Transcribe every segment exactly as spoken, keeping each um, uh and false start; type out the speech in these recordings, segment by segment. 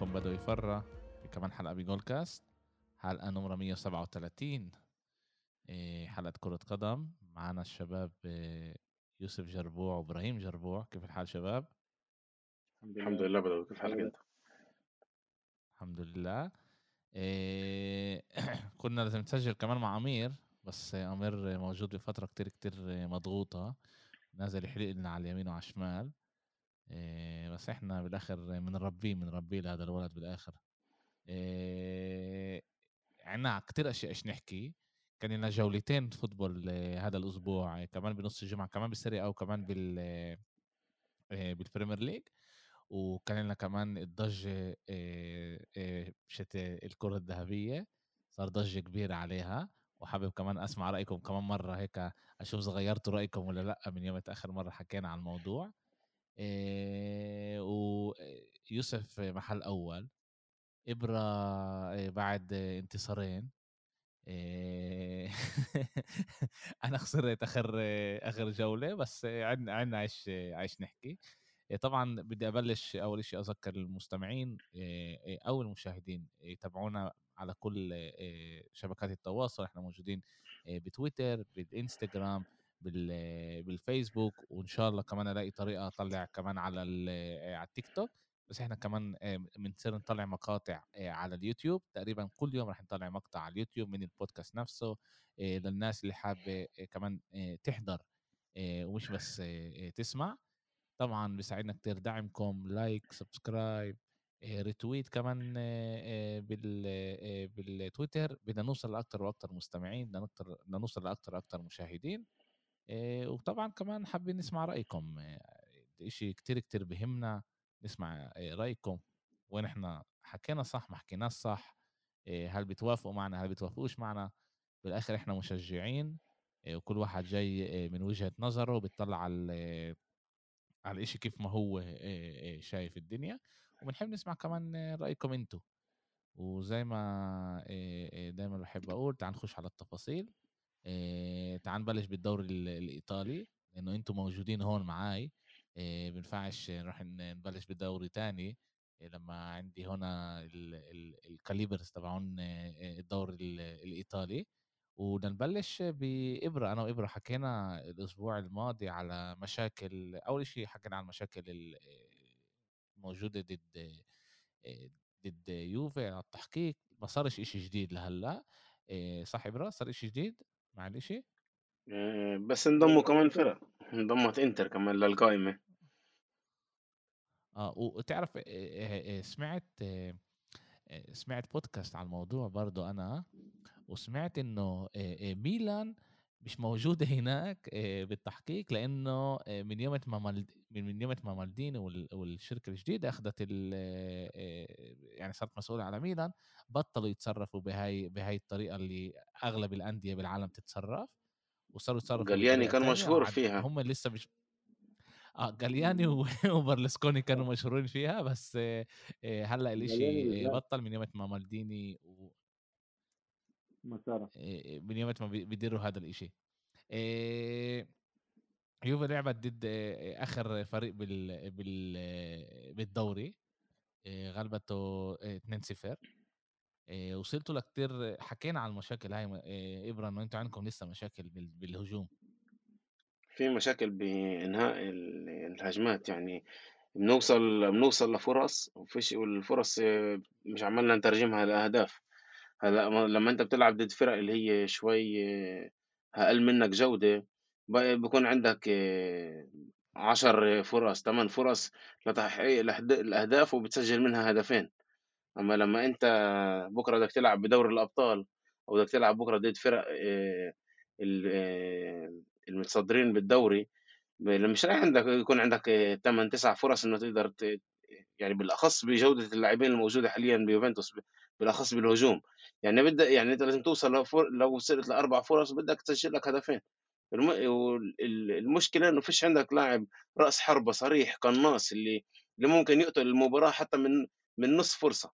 معكم بدوي فرة في كمان حلقة بجول كاست، حلقة نمرة مية وسبعة وثلاثين. إيه، حلقة كرة قدم. معنا الشباب إيه، يوسف جربوع وإبراهيم جربوع. كيف الحال شباب؟ الحمد الحمد لله. لله بدوي، كيف حالك انت؟ الحمد لله. إيه كنا لازم نسجل كمان مع أمير، بس أمير موجود بفترة كتير كتير مضغوطة، نازل يحرق لنا على اليمين وعلى الشمال. إيه بس احنا بالاخر بنربيه بنربيه لهذا الولد بالاخر. إيه عنا كتير اشياء ايش نحكي. كان لنا جولتين فوتبول آه، هذا الاسبوع، آه، كمان بنص الجمعه، كمان بالسريع او كمان بال آه، آه، بالبريمير ليج. وكان لنا كمان الضجه آه، آه، شت الكره الذهبيه، صار ضجه كبيره عليها. وحابب كمان اسمع رايكم كمان مره هيك، اشوف اذا غيرتوا رايكم ولا لا من يوم اخر مره حكينا عن الموضوع. إيه ويوسف محل أول، إبرة إيه بعد انتصارين. إيه أنا خسرت آخر آخر جولة، بس عنا عنا عايش عايش نحكي. إيه طبعا بدي أبلش أول شيء أذكر المستمعين إيه إيه أو المشاهدين يتابعونا على كل إيه شبكات التواصل. احنا موجودين إيه بتويتر، بالإنستغرام، بال بالفيسبوك، وان شاء الله كمان الاقي طريقه اطلع كمان على على التيك توك. بس احنا كمان بنصير نطلع مقاطع على اليوتيوب، تقريبا كل يوم راح نطلع مقطع على اليوتيوب من البودكاست نفسه للناس اللي حابه كمان تحضر ومش بس تسمع. طبعا بيساعدنا كتير دعمكم، لايك، سبسكرايب، ريتويت كمان بال بالتويتر. بدنا نوصل لاكثر واكثر مستمعين، بدنا نكتر بدنا نوصل لاكثر واكثر مشاهدين. إيه وطبعا كمان حابين نسمع رأيكم. إيه إشي كتير كتير بهمنا نسمع إيه رأيكم، وين احنا حكينا صح ما حكيناش صح. إيه هل بتوافقوا معنا هل بتوافقوش معنا؟ بالآخر احنا مشجعين، إيه وكل واحد جاي إيه من وجهة نظره، بيطلع على إيه على الإشي كيف ما هو إيه إيه شايف الدنيا. وبنحب نسمع كمان إيه رأيكم انتو. وزي ما إيه إيه دايما بحب أقول، تعال نخش على التفاصيل. إيه تعال نبلش بالدوري ال- الإيطالي، لأنه أنتم موجودين هون معاي. إيه بنفعش نروح ن- نبلش بدوري تاني إيه لما عندي هنا ال- ال- الكاليبرز تبعون إيه الدوري ال- الإيطالي. ونبلش بإبرة. أنا وإبرة حكينا الأسبوع الماضي على مشاكل. أول شيء حكينا عن مشاكل ال- الموجودة ضد ضد يوفي على التحقيق. ما صارش إشي جديد لهلا. إيه صح إبرة؟ صار إشي جديد مع الإشي. آه، بس انضموا كمان فرق، انضمت انتر كمان للقائمة. اه وتعرف آه، آه، آه، سمعت آه، آه، سمعت بودكاست على الموضوع برضو انا، وسمعت انه آه، آه، ميلان مش موجودة هناك آه، بالتحقيق، لانه آه، من يوم ما مالد من من يوم ما مالديني وال- والشركة الجديدة اخذت ال آه، آه، يعني صارت مسؤولة على ميلان، بطلوا يتصرفوا بهاي بهاي الطريقة اللي اغلب الأندية بالعالم تتصرف، وصاروا يتصرفوا جالياني بطريقة كان تانية. مشهور وعد فيها. هم لسه مش اه جالياني و- وبرلسكوني كانوا مشهورين فيها، بس آه، آه، هلا جالياني الاشي آه، بالذات بطل من يوم ما مالديني و مسارة. آه، من يوم ما بي- بيديروا هذا الاشي. آه، يوفي لعبت ضد آه، اخر فريق بال بال آه، بالدوري، آه، غلبته آه، اثنين صفر. آه، وصلتوا لكتير، حكينا عن المشاكل هاي. آه، ابرا انه انتوا عندكم لسه مشاكل بال- بالهجوم. في مشاكل بإنهاء ال- الهجمات، يعني بنوصل بنوصل لفرص وفيش، والفرص آه، مش عمالنا نترجمها لأهداف. هلا ما- لما انت بتلعب ضد فرق اللي هي شوي آه، أقل منك جودة، ب- بيكون عندك آه، عشر فرص، ثمان فرص لتحقيق الأهد- الأهداف، وبتسجل منها هدفين. أما لما أنت بكرة بدك تلعب بدوري الأبطال، أو بدك تلعب بكرة ضد فرق آه، ال- آه، المتصدرين بالدوري، ب- مش رايح عندك يكون عندك ثمانية تسعة فرص إنه تقدر ت- يعني بالأخص بجودة اللاعبين الموجودة حاليا بيوفنتوس، ب- بالأخص بالهجوم. يعني بدأ يعني أنت لازم توصل لفر... لو وصلت لأربع فرص بدك تسجل لك هدفين. الم... وال- المشكلة إنه فيش عندك لاعب رأس حربة صريح قناص، اللي اللي ممكن يقتل المباراة حتى من من نص فرصة.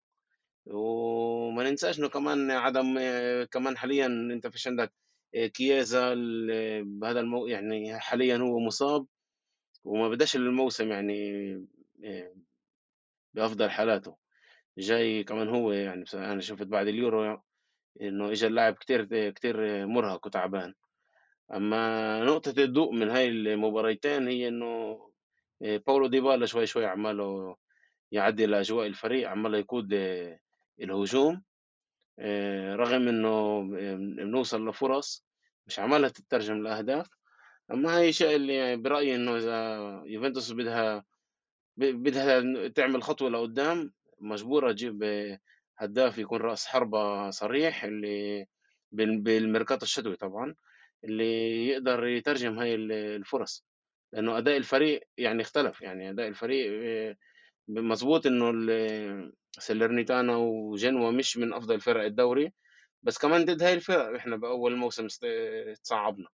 وما ننساش إنه كمان عدم آه، كمان حاليا أنت فيش عندك آه، كييزا ال- بهذا المو... يعني حاليا هو مصاب، وما بداش الموسم يعني آه، بأفضل حالاته. جاي كمان هو يعني بص أنا شُفت بعد اليورو إنه إجا اللاعب كتير كتير مُرهق وتعبان. أمّا نقطة الضوء من هاي المباريتين هي إنه آآ باولو ديبالا شوي، شوي عمّاله يعدّل أجواء الفريق، عمّال يقود آه، الهجوم. آآ رغم إنه ب بنوصل لفُرَص مش عمالها تترجم لأهداف. أمّا هاي الشيء اللي برأيي إنه إذا يوفنتوس بدها ب بدها ن تعمل خطوة لقدّام، مجبورة تجيب آه، هداف يكون رأس حربة صريح اللي بال بالميركاتو الشتوي طبعًا، اللي يقدر يترجم هاي ال الفُرَص. لإنه أداء الفريق يعني اختلف، يعني أداء الفريق آآ ب مضبوط إنه ال سالرنيتانا وجنوا مش من أفضل فرق الدوري، بس كمان ضد هاي الفرق إحنا بأول موسم است اتصعّبنا،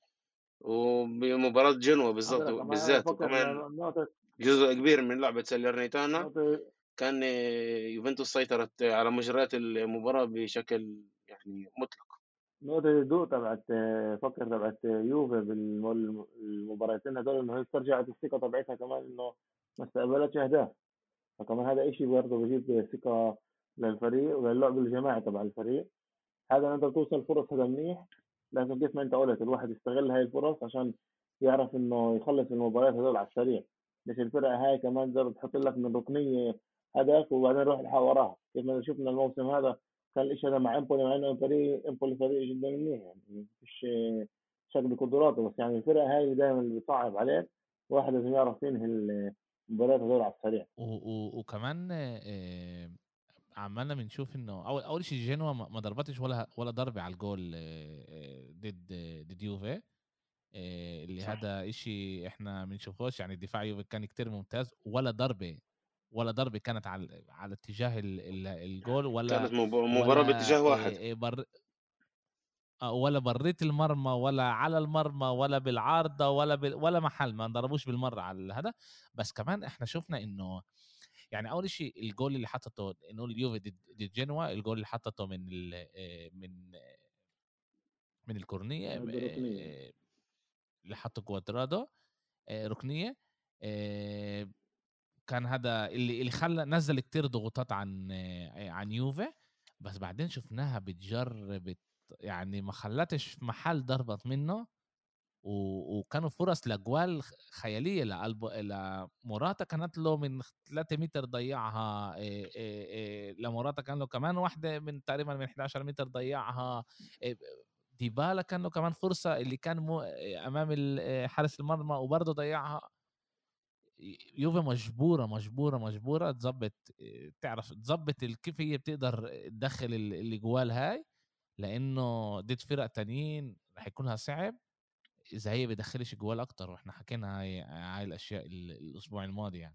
وبمباراة جنوا هذا بالضبط لك كمان أنا بالذات بفكر وكمان إن نقطة جزء كبير من لعبة سالرنيتانا نقطة كان يوفنتوس سيطرت على مجريات المباراة بشكل يعني مُطلق. نقطة الضوء تبعت فكر تبعت يوفي بالمباراتين هدول إنه هي استرجعت الثقة تبعتها كمان إنه ما استقبلتش أهداف، فكمان هذا إشي برضه بجيب ثقة للفريق وللعب الجماعي تبع الفريق. هذا إن أنت بتوصل فرص هذا منيح، لازم كيف ما أنت قلت الواحد يستغل هاي الفرص عشان يعرف إنه يخلص المباريات هذول على السريع. مش الفرقة هاي كمان تقدر تحط لك من ركنية هدف وبعدين يروح الحق وراها، كيف ما شفنا الموسم هذا كان الإشي هذا مع إمبولي، مع إنه فريق إمبولي فريق جدا منيح يعني مش شك بقدراته، بس يعني الفرقة هاي دائما اللي بتصعب عليك، واحد لازم يعرف ينهي المباريات هذول على السريع. و و وكمان آآ عمّالنا بنشوف إنه أول أول شي جنوا ما ما ضربتش ولا ولا ضربة على الجول آآ ضد ضد يوفي. آآ اللي صح، هذا إشي إحنا ما بنشوفوش، يعني دفاع يوفي كان كتير ممتاز، ولا ضربة ولا ضربة كانت على على اتجاه ال ال الجول كانت ولا مب ولا مباراة باتجاه واحد. آآ بر آه، ولا برّيت المرمى ولا على المرمى ولا بالعارضة ولا بال ولا محل، ما ضربوش بالمرّة على الهدف. بس كمان إحنا شُفنا إنه يعني أول شيء الجول اللي حطّته نقول اليوفي ضد ضد جنوا، الجول اللي حطّته من ال آآ من من الكورنية الركنية آآ اللي حطّه كوادرادو آآ ركنية. آآ كان هذا اللي اللي خلّى نزّل كتير ضغوطات عن آآ عن يوفي. بس بعدين شُفناها بتجر بت يعني ما خلّتش محل ضربت منه. و وكانوا فرص لأجوال خ خيالية لألب لموراتا، كانت له من خ ثلاثة متر ضيّعها. آآ آآ آآ لموراتا كان له كمان واحدة من تقريبًا من حداشر متر ضيّعها. آآ ديبالا كان له كمان فرصة اللي كان مو آه، أمام ال آآ حارس المرمى وبرضه ضيّعها. ي يوفي مجبورة، مجبورة، مجبورة تضبّط آآ تعرف تضبّط ال كيف هي بتقدر تدخّل ال الأجوال هاي، لإنه ضد فرق تانيين رح يكون لها صعب إذا هي بتدخّلش جوال أكتر، وإحنا حكينا هاي هاي الأشياء ال الأسبوع الماضي يعني.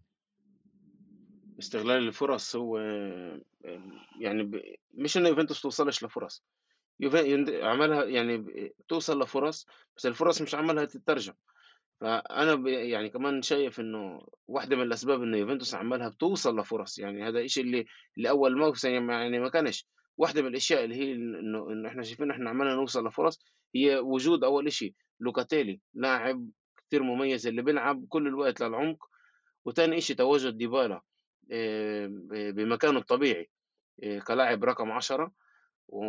استغلال الفُرَص هو آمم يعني ب مش إن يوفنتوس توصلش لفُرَص، يوفي يند عملها يعني ب توصل لفُرَص، بس الفُرَص مش عمالها تترجم. فأنا ب يعني كمان شايف إنه واحدة من الأسباب إنه يوفنتوس عمّالها بتوصل لفُرَص، يعني هذا الشيء اللي اللي أول موسم ما يعني ما كانش. واحدة من الأشياء اللي هي ال إنه إنه إحنا شايفين إحنا عمّالنا نوصل لفُرَص، هي وجود أول إشي لوكاتيلي، لاعب كتير مميز اللي بيلعب كل الوقت للعمق. وتاني إشي تواجد ديبالا آآ ب بمكانه الطبيعي آآ كلاعب رقم عشرة. و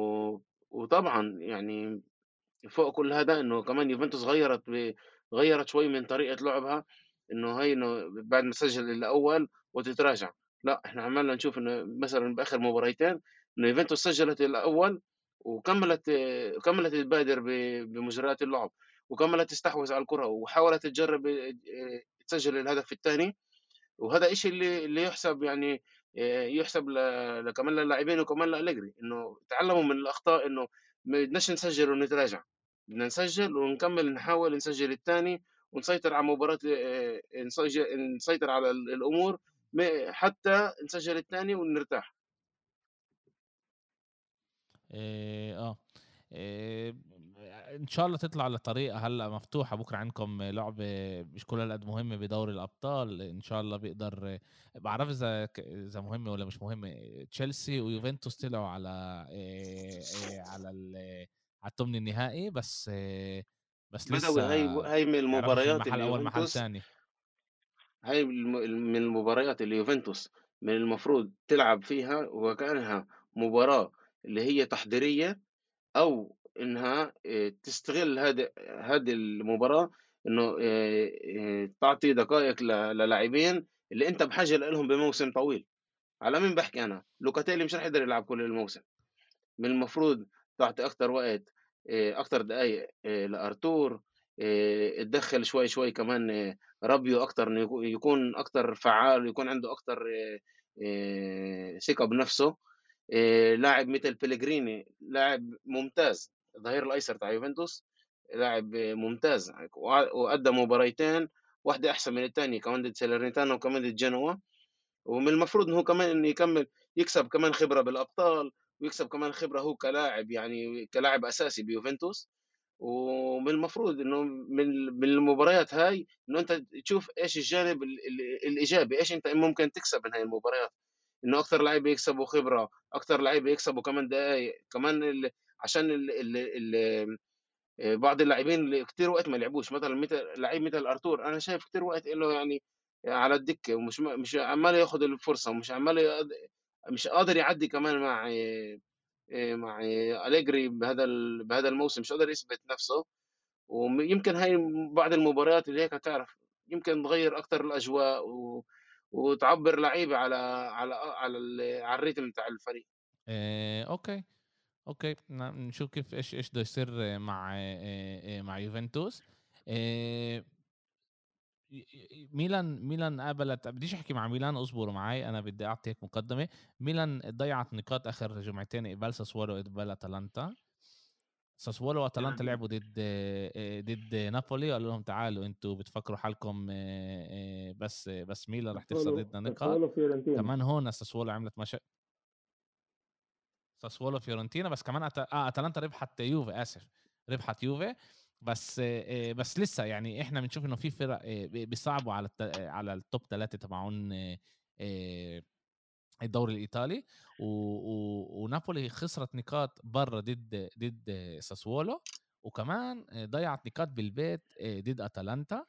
وطبعًا يعني فوق كل هذا إنه كمان يوفنتوس غيّرت ب غيّرت شوي من طريقة لعبها، إنه هي إنه بعد ما تسجّل الأول وتتراجع. لأ، إحنا عمالنا نشوف إنه مثلًا بآخر مباريتين إنه يوفنتوس سجّلت الأول وكمّلت كمّلت تبادر ب بمجريات اللعب، وكمّلت تستحوذ على الكرة وحاولت تجرّب آآ تسجّل الهدف التاني. وهذا إشي اللي اللي يُحسب يعني آآ يُحسب ل ل كمان للاعبين وكمان لأليجري، إنه اتعلموا من الأخطاء إنه ما بدناش نسجّل ونتراجع، بدنا نسجّل ونكمّل نحاول نسجّل التاني ونسيطر على مباراة آآ نسج نسيطر على ال الأمور م حتى نسجّل التاني ونرتاح. آآ آه. آآ إن شاء الله تطلع لطريقة هلأ مفتوحة، بكرة عندكم لعبة مش كل هالقد مهمة بدوري الأبطال، إن شاء الله بيقدر باعرفش إذا ك إذا مهمة والّا مش مهمة. تشيلسي ويوفنتوس طلعوا على آآ آآ على ال على التمن النهائي، بس آه، بس بدوي لسه هاي هاي من بيعرفوش مين المباريات محل اللي أول محل يوفنتوس تاني. هاي الم من المباريات اللي يوفنتوس من المفروض تلعب فيها وكأنها مباراة اللي هي تحضيرية، أو إنها آآ تستغل هذه هذه المباراة إنه آآ آآ تعطي دقائق ل للاعبين اللي أنت بحاجة لإلهم بموسم طويل. على مين باحكي أنا؟ لوكاتيلي مش راح يقدر يلعب كل الموسم. من المفروض تعطي أكتر وقت، آآ أكتر دقايق آآ لأرتور، آآ تدخّل شوي، شوي كمان آه، رابيو أكتر، إنه يكو يكون أكتر فعّال ويكون عنده أكتر آآ ثقة بنفسه. آآ لاعب مثل بيليجريني لاعب ممتاز، الظهير الأيسر تاع يوفنتوس، لاعب آه، ممتاز، وع وأدّى مباريتين، واحدة أحسن من التانية، كمان ضد سالرنتانا وكمان ضد جنوا. ومن المفروض إن هو كمان إنه يكمّل يكسب كمان خبرة بالأبطال، ويكسب كمان خبرة هو كلاعب، يعني كلاعب أساسي بيوفنتوس. ومن المفروض إنه من ال من المباريات هاي إنه أنت تشوف إيش الجانب ال ال الإيجابي، إيش أنت ممكن تكسب من هاي المباريات، إنه أكتر لعيبة يكسبوا خبرة، أكتر لعيبة يكسبوا كمان دقايق، كمان ال عشان ال ال ال آآ بعض اللاعبين اللي كتير وقت ما لعبوش، مثلًا مثل لعيب مثل أرتور، أنا شايف كتير وقت إله يعني على الدكة، ومش م مش عمّال ياخد الفرصة، ومش عمّال يقد مش قادر يعدّي كمان مع آآ مع أليجري بهذا ال بهذا الموسم، مش قادر يثبت نَفْسه. وم يمكن هاي بعض المباريات اللي هيك هتعرف يمكن تغيّر أكتر الأجواء، و وتعبّر لعيبة على على أ على ال على الريتم بتاع الفريق. آآ أوكي، أوكي، ن نشوف كيف إيش إيش بده يصير مع آآ مع يوفنتوس. آآ ي ي ميلان ميلان قابلت بديش أحكي مع ميلان، اصبروا معي، أنا بدي أعطي هيك مقدمة. ميلان ضيّعت نقاط آخر جمعتين قبال ساسولو وقبال أتلانتا. ساسولو وأتلانتا يعني لعبوا ضد آآ ضد نابولي، قالوا لهم تعالوا أنتم بتفكروا حالكم آآ بس بس ميلان رح تخسر ساسولو ضدنا نقاط. ساسولو فيورنتينا. كمان هون ساسولو عملت مشا ساسولو فيورنتينا، بس كمان أت... آه أتلانتا ربحت يوفي، آسف، ربحت يوفي. بس آه بس لسه يعني احنا بنشوف انه في فرق آه بيصعبوا على الت... على التوب ثلاثة تبعون آه آه الدوري الايطالي. و... و... ونابولي خسرت نقاط برا ضد ضد ساسولو، وكمان ضيعت نقاط بالبيت ضد اتلانتا،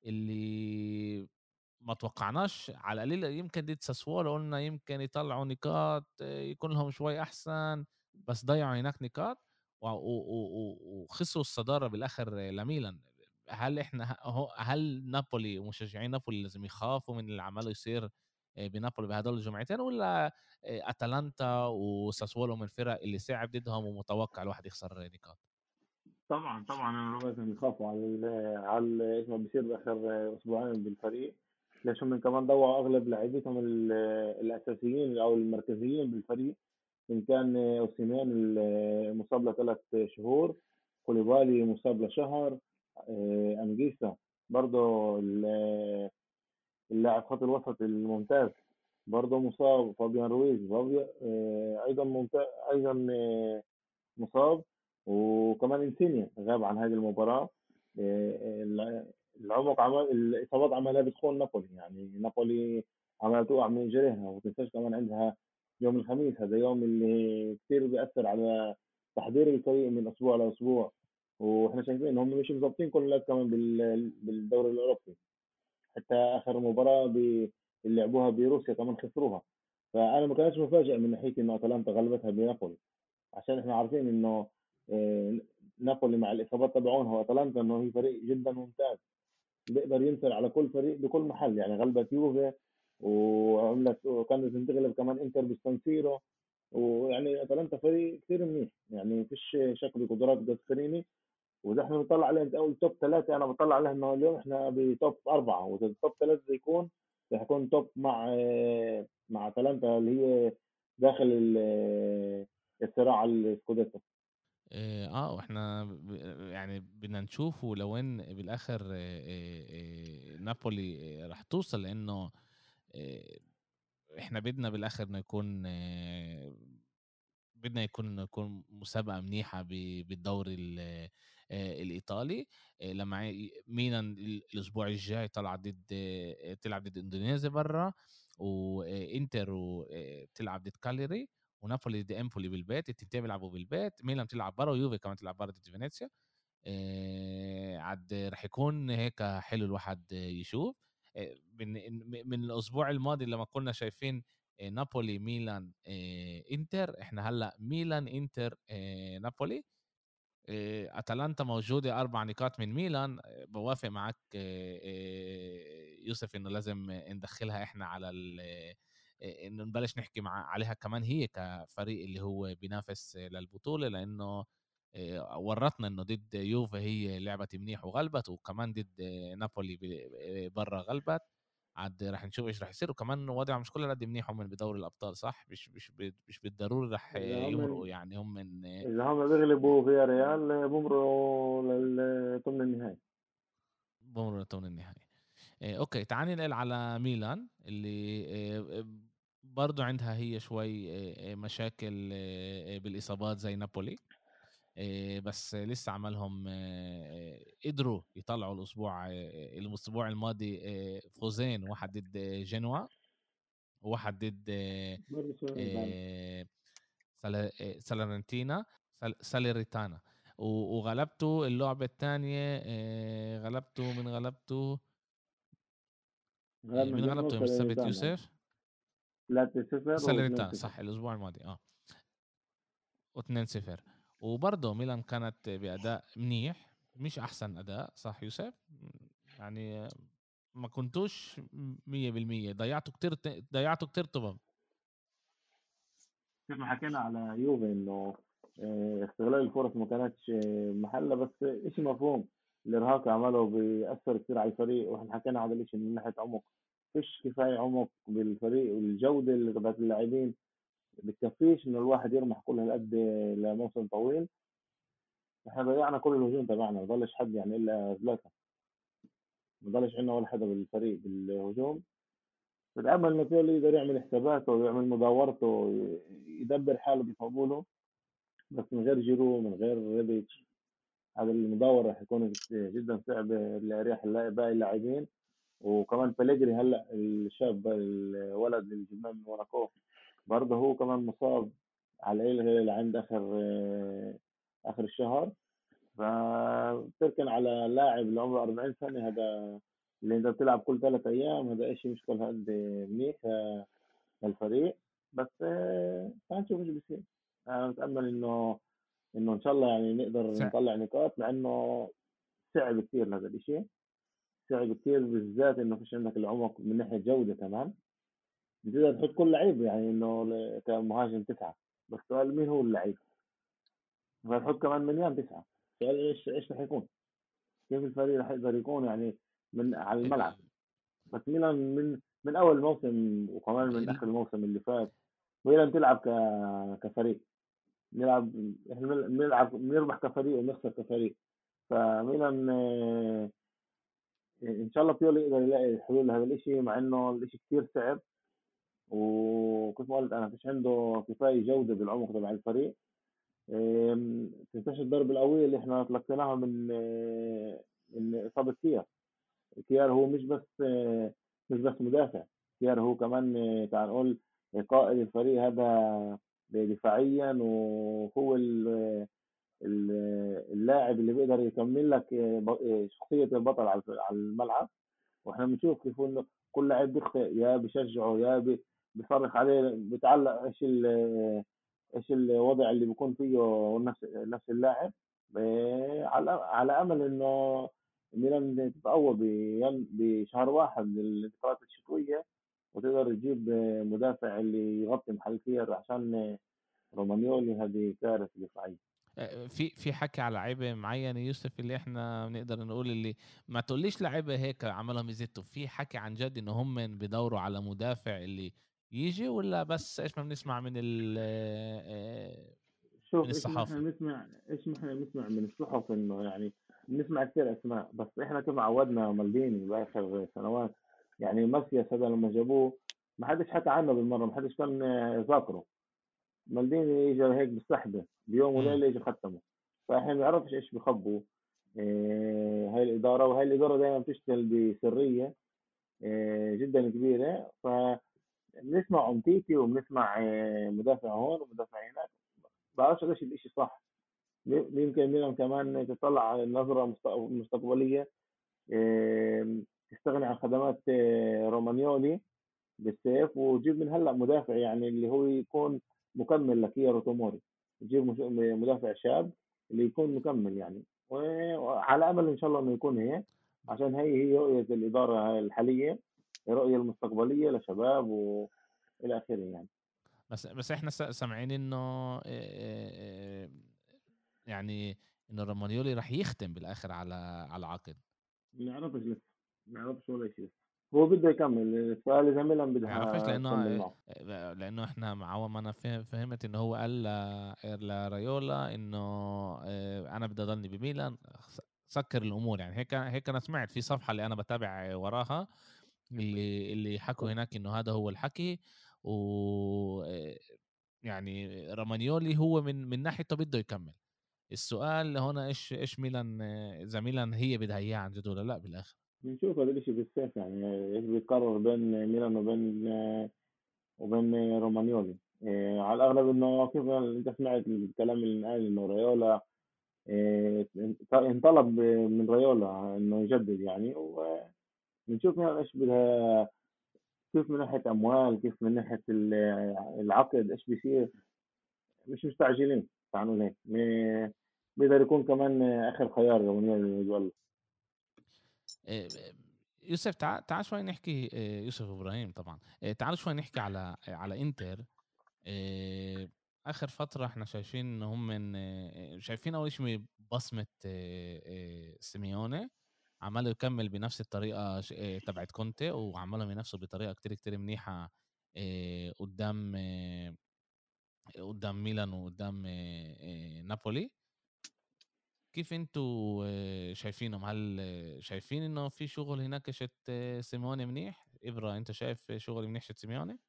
اللي ما توقعناش على القليل. يمكن ضد ساسولو قلنا يمكن يطلعوا نقاط يكون لهم شوي احسن، بس ضيعوا هناك نقاط و... و... و... وخسروا الصدارة بالاخر لميلان. هل احنا هل نابولي ومشجعين نابولي لازم يخافوا من اللي عمله يصير بنابولي بهدول الجمعتين، ولا اتلانتا وساسولو من الفرق اللي صعب ضدهم ومتوقع الواحد يخسر نقاط؟ طبعا طبعا انا لازم يخافوا على ال- على ال- ايش ما بيصير باخر اسبوعين بالفريق. ليش هم كمان ضوعوا اغلب لاعبيتهم ال- الاساسيين او المركزيين بالفريق. ان كان اوسيمين ال- مصاب لثلاث شهور، كوليبالي مصاب لشهر، آه، انجيسا برضه ال- اللاعب خط الوسط الممتاز برضه مصاب، فابيان رويز فابيان آه، ايضا ممتاز، ايضا آه، مصاب. وكمان انسينيا غاب عن هذه المباراة. آه، الع- العمق عمل الإصابات عمالها بتخون نابولي، يعني نابولي عمالة تقع من رجليها. وما تنساش كمان عندها يوم الخميس، هذا يوم اللي كثير بيأثر على تحضير الفريق من أسبوع لأسبوع. واحنا شايفين ان هم مش مظبطين كل اللاعب كمان بال- بالدوري الأوروبي. حتى آخر مباراة ب- اللي لعبوها بروسيا كمان خسروها. فأنا ما كانش مفاجئ من ناحية إنه أتلانتا غلبتها بنابولي، عشان احنا عارفين انه آه، نابولي مع الاصابات تبعونها واتلانتا انه هي فريق جدا ممتاز، بيقدر ينتصر على كل فريق بكل محل. يعني غلبت يوفي، وعملت وكانت تغلب كمان انتر بالسانسيرو. ويعني اتلانتا فريق كثير منيح، يعني فيش شك بقدرات جاسبريني. واذا احنا بنطلع عليه انت اول توب ثلاثه، انا بطلع عليه انه اليوم احنا بتوب اربعه، واذا التوب ثلاثه بده يكون رح يكون توب مع آه، مع اتلانتا اللي هي داخل ال- آه، الصراع على السكوديتو. اه آه، واحنا ب- يعني بدنا نشوفه لو ان بالاخر آه، آه، آه، نابولي آه، راح توصل، لانه آه، احنا بدنا بالاخر انه يكون آه، بدنا يكون يكون مسابقة منيحة ب- بالدوري ال- آه، الإيطالي. آه، لما ي- ميلان ال- الأسبوع الجاي طلع ضد آه، تلعب ضد إندونيسيا برا، وإنتر و- آه، بتلعب ضد كاليري، ونابولي ضد إمبولي بالبيت، التنتين بيلعبوا بالبيت. ميلان بتلعب برا، ويوفي كمان تلعب برا ضد فينيسيا. آه، عاد رح يكون هيك حلو الواحد يشوف. آه، من من الاسبوع الماضي لما كنا شايفين آه، نابولي ميلان آه، انتر، احنا هلا ميلان انتر آه، نابولي. آه، اتلانتا موجوده اربع نقاط من ميلان. آه، بوافق معك آه، آه، يوسف انه لازم ندخلها احنا على ال آه، انه نبلش نحكي مع عليها كمان هي كفريق اللي هو بينافس للبطوله، لانه آه، ورطنا انه ضد يوفا هي لعبت منيح وغلبت، وكمان ضد آه، نابولي ب- برا غلبت. عاد رح نشوف ايش رح يصير، وكمان وضع مش كل قد منيح هم من بدوري الابطال، صح؟ مش مش ب- مش بالضروري رح اذا هم يمرقوا يعني هم من آه، اذا هم بيغلبوا فيا ريال بمروا للثمن النهائي. بمرقوا لثمن النهائي. آه، اوكي، تعال ننقل على ميلان اللي آه، برضو عندها هي شوي آه، آه، مشاكل آه، آه، بالاصابات زي نابولي. آه، بس لسه عملهم آه، آه، قدروا يطلعوا الاسبوع آه، الاسبوع الماضي آه، فوزين، واحد ضد جنوا وواحد ضد آه، برضه سؤال آه، سال- آه، سالرنتينا سال- ساليريتانا. و- وغلبته اللعبة الثانية، غلبته من غلبته آه، غلبنا من جنوا غلبته يوم السبت وسالرنيتانا يوسف. ثلاثة صفر ساليرنتانا و2 0. صح، الاسبوع الماضي اه و2 صفر. وبرضه ميلان كانت بأداء منيح، مش أحسن أداء صح يوسف؟ يعني ما كنتوش مية بالمية، ضيعتوا كتير ضيعتوا كتير طبب. كيف ما حكينا على يوفي انه آه، استغلال الفرص ما كانتش آه، محله، بس شيء مفهوم. الارهاق عمله بيأثر كثير على الفريق، واحنا حكينا على الشيء من ناحيه عمق. فيش كفايه عمق بالفريق، والجوده اللي تبعت اللاعبين بتكفيش انه الواحد يرمح كل هالقد لموسم طويل. احنا ضيعنا كل الهجوم تبعنا، ما ضلش حد يعني الا ثلاثه، ما ضلش عندنا ولا حدا بالفريق بالهجوم. بتأمل إن بيولي يقدر يعمل حساباته ويعمل مداورته ويدبر حاله بفضوله، بس من غير جيرو، من غير ريبيتش. هذا المداور راح يكون جدا صعب لأريح اللاعب- باقي اللاعبين. وكمان بليجري هلا الشاب الولد اللي جبناه من موناكو برضه هو كمان مصاب على الهلال اللي عند اخر اخر الشهر. فتركن على لاعب اللي عمره أربعين سنه، هذا اللي انت بتلعب كل ثلاث ايام، هذا شيء مش كل هالقد منيح للفريق. بس آه، هنشوف ايش بيصير. انا متامل انه انه ان شاء الله يعني نقدر سع- نطلع نقاط، مع انه صعب كثير هذا الشيء. صعب كثير بالذات انه فيش عندك العمق من ناحيه جوده كمان. بتقدر تحط كل لعيب يعني انه ل- كمهاجم تسعه، بس سؤال مين هو اللعيب؟ فتحط كمان مليان تسعه، سؤال ايش ايش رح يكون؟ كيف الفريق رح يقدر يكون يعني من على الملعب؟ بس ميلان من من اول موسم وكمان من ال- اخر الموسم اللي فات، ميلان تلعب ك... كفريق. نلعب، احنا بنلعب بنربح كفريق ونخسر كفريق. فميلان آه، ان شاء الله بيولي يقدر يلاقي حلول لهذا الاشي، مع انه الاشي كثير صعب. وكيف ما قلت انا فيش عنده كفايه جوده بالعمق تبع الفريق. آم، تنساش الضربه القويه اللي احنا تلقيناها من آه، من اصابه كيار. كيار هو مش بس آه، مش بس مدافع. كيار هو كمان آه، تعال نقول قائد الفريق هذا دفاعيا، وهو ال- ال- اللاعب اللي بيقدر يكمل لك آه، ب- آه، شخصية البطل على على الملعب. واحنا بنشوف كيف انه كل لاعب بيخطئ، يا بيشجعه يا بي- بيصرخ عليه، بيتعلق ايش ال- ايش الوضع اللي بيكون فيه نفس نفس اللاعب. ب- على على امل انه ميلان تتقوى بين- بشهر واحد من الانتقالات الشتويه، وتقدر تجيب مدافع اللي يغطي محل كير، عشان رومانيولي هذه كارثه دفاعيه. آه، في في حكي على لعيبه معينه يوسف اللي احنا بنقدر نقول اللي ما تقوليش لعيبه هيك عملهم يزتوا، في حكي عن جد انه هم بدوروا على مدافع اللي يجي، ولا بس ايش ما بنسمع من ال آه، من شوف ايش ما احنا الصحافه؟ بنسمع ايش ما احنا بنسمع من الصحف، انه يعني بنسمع كثير اسماء، بس احنا كيف عودنا مالديني باخر سنوات. يعني ماسياس هذا لما جابوه ما حدش حكى عنه بالمره، ما حدش كان ذاكره. مالديني اجى هيك بالسحبه بيوم امم وليله اجى ختمه. فاحنا ما بنعرفش ايش بخبوا إيه هاي الاداره، وهاي الاداره دائما بتشتغل بسريه إيه جدا كبيره. فبنسمع امتيتي وبنسمع إيه مدافع هون ومدافع هناك. بعرفش قديش الاشي صح. يمكن ميلان كمان تطلع على النظرة مست- مستقبلية. إيه، تستغني عن خدمات آه، رومانيولي بالسيف، وتجيب من هلا مدافع يعني اللي هو يكون مكمل لكيارو توموري. تجيب مش- مدافع شاب اللي يكون مكمل يعني، و- وعلى امل ان شاء الله انه يكون هيك، عشان هي هي رؤيه الاداره الحاليه، الرؤيه المستقبليه لشباب والى اخره يعني. بس بس احنا س- سامعين انه آه، آه، آه، يعني انه رومانيولي راح يختم بالاخر على على عقد. ما نعرفش لسه، ما نعرفش ولا شيء. هو بده يكمل، السؤال اذا ميلان ما يعرفش بدها لانه تكمل آه، معه. آه، لانه احنا مع ما انا فهم- فهمت انه هو قال ل- لرايولا انه آه، انا بدي اضلني بميلان، س- سكر الامور يعني. هيك هيك انا سمعت في صفحه اللي انا بتابع وراها، اللي اللي حكوا هناك انه هذا هو الحكي. و آه، يعني رومانيولي هو من من ناحيته بده يكمل. السؤال هنا ايش ايش ميلان، آه، اذا ميلان هي بدها اياه عن جد ولا لا بالاخر. بنشوف هذا الشيء بالسيف يعني، ايش بيتقرر بين ميلان وبين وبين رومانيولي. إيه، على الاغلب انه كيف انت سمعت الكلام اللي انقال انه ريولا إيه، انطلب من ريولا انه يجدد يعني، وبنشوف يعني ايش بدها، كيف من ناحيه اموال، كيف من ناحيه ال- العقد ايش بيصير. مش مستعجلين، تعالوا هيك م- بيقدر يكون كمان اخر خيار رومانيولي يقول. آه، يوسف، تعال تعال شوي نحكي، آه، يوسف ابراهيم طبعا، آه، تعال شوي نحكي على على انتر. آه، اخر فتره احنا شايفين ان هم من آه، شايفين اول شيء بصمه آه، آه، سيميوني، عماله يكمل بنفس الطريقه ش- آه، تبعت كونتي، وعمالهم ينافسوا بطريقه كتير كتير منيحه آه، قدام آه، قدام ميلان وقدام آه، آه، نابولي. كيف انتوا آه، شايفينهم؟ هل آه، شايفين انه في شغل هناك شت آه، سيميوني منيح؟ ابرا، انت شايف شغل منيح شت سيميوني؟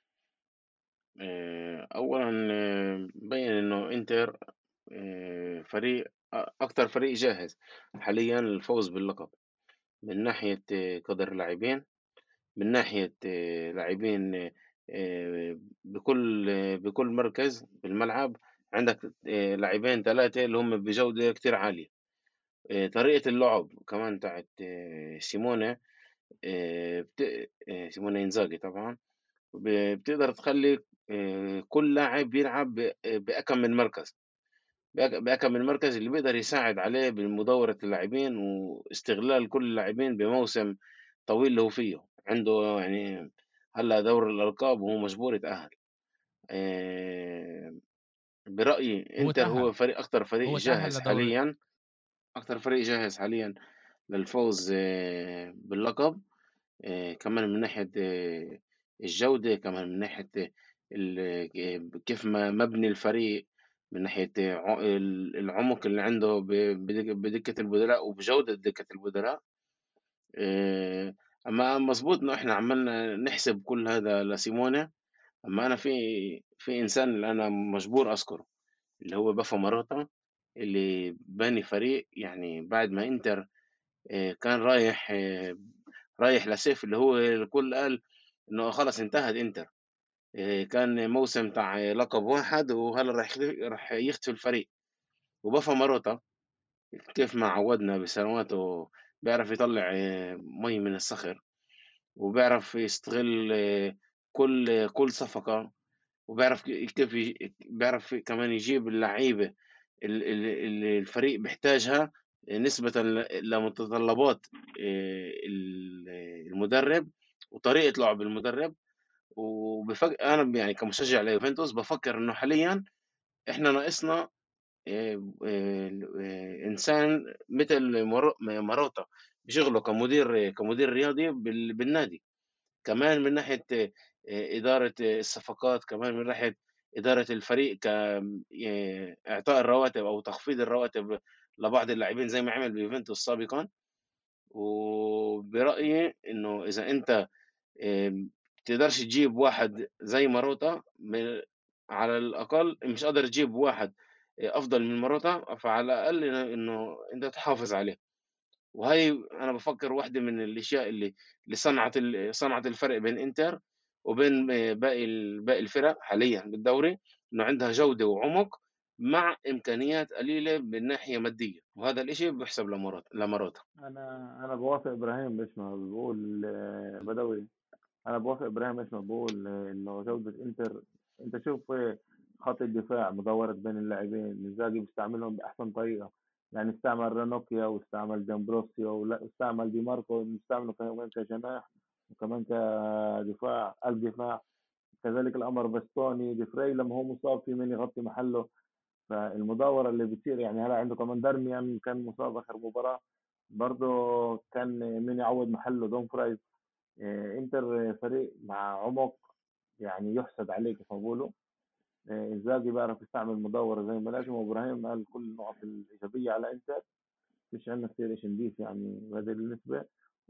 آه، اولا آه، بين انه انتر آه، فريق أ- اكتر فريق جاهز حاليا للفوز باللقب، من ناحية آه، قدر اللاعبين، من ناحية آه، لاعبين آه، بكل آه، بكل مركز بالملعب. عندك آه، لاعبين ثلاثة اللي هم بجودة كتير عالية. آه، طريقة اللعب كمان تاعت آه، سيمونة، آه، بت... آه، سيمونة إنزاجي طبعا، ب- بتقدر تخلي آه، كل لاعب يلعب ب- بأكم من مركز، بأك- بأكم من مركز اللي بيقدر يساعد عليه بمداورة اللاعبين واستغلال كل اللاعبين بموسم طويل اللي هو فيه عنده يعني. هلا دور الألقاب وهو مجبور يتأهل. آه، برأيي هو انتر تأهل هو فريق أكتر فريق هو تأهل جاهز لدور. حاليا، أكتر فريق جاهز حاليا للفوز آه، باللقب. آه، كمان من ناحية آه، الجودة، كمان من ناحية ال- آه، كيف ما مبني الفريق، من ناحية ع- ال- العمق اللي عنده ب- بدك- بدكة البدلاء وبجودة دكة البدلاء. آه، أما مظبوط إنه إحنا عمالنا نحسب كل هذا لسيمونة. أما أنا في في إنسان اللي أنا مجبور أذكره، اللي هو بافا ماروتا، اللي باني فريق يعني بعد ما إنتر آه، كان رايح آه، رايح لسيف، اللي هو الكل قال انه خلص انتهت انتر. آه، كان موسم بتاع لقب واحد وهلا راح يخ- راح يختفي الفريق. وبافا ماروتا كيف ما عودنا بسنواته بيعرف يطلع آه، مي من الصخر، وبيعرف يستغل آه، كل كل صفقة، وبيعرف ك- كيف ي- بيعرف كمان يجيب اللعيبة ال- ال- اللي الفريق بيحتاجها نسبة ل- لمتطلبات آه، ال- المدرب وطريقة لعب المدرب. وبفكر انا يعني كمشجع ليوفنتوس بفكر انه حاليا احنا ناقصنا آه، آه، آه، انسان مثل مر- ماروتا بشغله كمدير كمدير رياضي بال- بالنادي. كمان من ناحية آه، إدارة آه، الصفقات، كمان من ناحية إدارة الفريق كإعطاء الرواتب أو تخفيض الرواتب لبعض اللاعبين زي ما عمل بيوفنتوس سابقا. وبرأيي إنه إذا أنت آم، تقدرش تجيب واحد زي ماروتا م- على الأقل مش قادر تجيب واحد آه، أفضل من ماروتا، فعلى الأقل إنه إنه أنت تحافظ عليه. وهي أنا بفكر واحدة من الأشياء اللي اللي صنعت ال- صنعت الفرق بين إنتر وبين آه، باقي ال- باقي الفرق حاليا بالدوري، إنه عندها جودة وعمق مع إمكانيات قليلة من ناحية مادية، وهذا الإشي بيحسب لمراتا لمراتا. انا انا بوافق ابراهيم ايش ما بقول آه، بدوي. انا بوافق ابراهيم ايش ما بقول آه، انه جوده انتر. انت شوف آه، خط الدفاع مدورة بين اللاعبين، انزاجي بيستعملهم باحسن طريقه. يعني استعمل رانوكيا واستعمل ديمبروسيو ولا استعمل دي ماركو، استعمله كمان كجناح وكمان كدفاع قلب دفاع. كذلك الامر باستوني دي فري لما هو مصاب في من يغطي محله. فالمداوره اللي بتصير يعني هلا عنده كمان دارميان كان مصاب اخر مباراه، برضه كان مين يعوض محله دوم فرايز. إيه، انتر فريق مع عمق، يعني يحسد عليه كيف ما بقولوا. إيه، انزاجي بيعرف يستعمل مدوره زي ما لازم، وابراهيم قال كل النقط الايجابيه على انتر. مش عندنا كثير شيء نضيف يعني بهذه النسبه.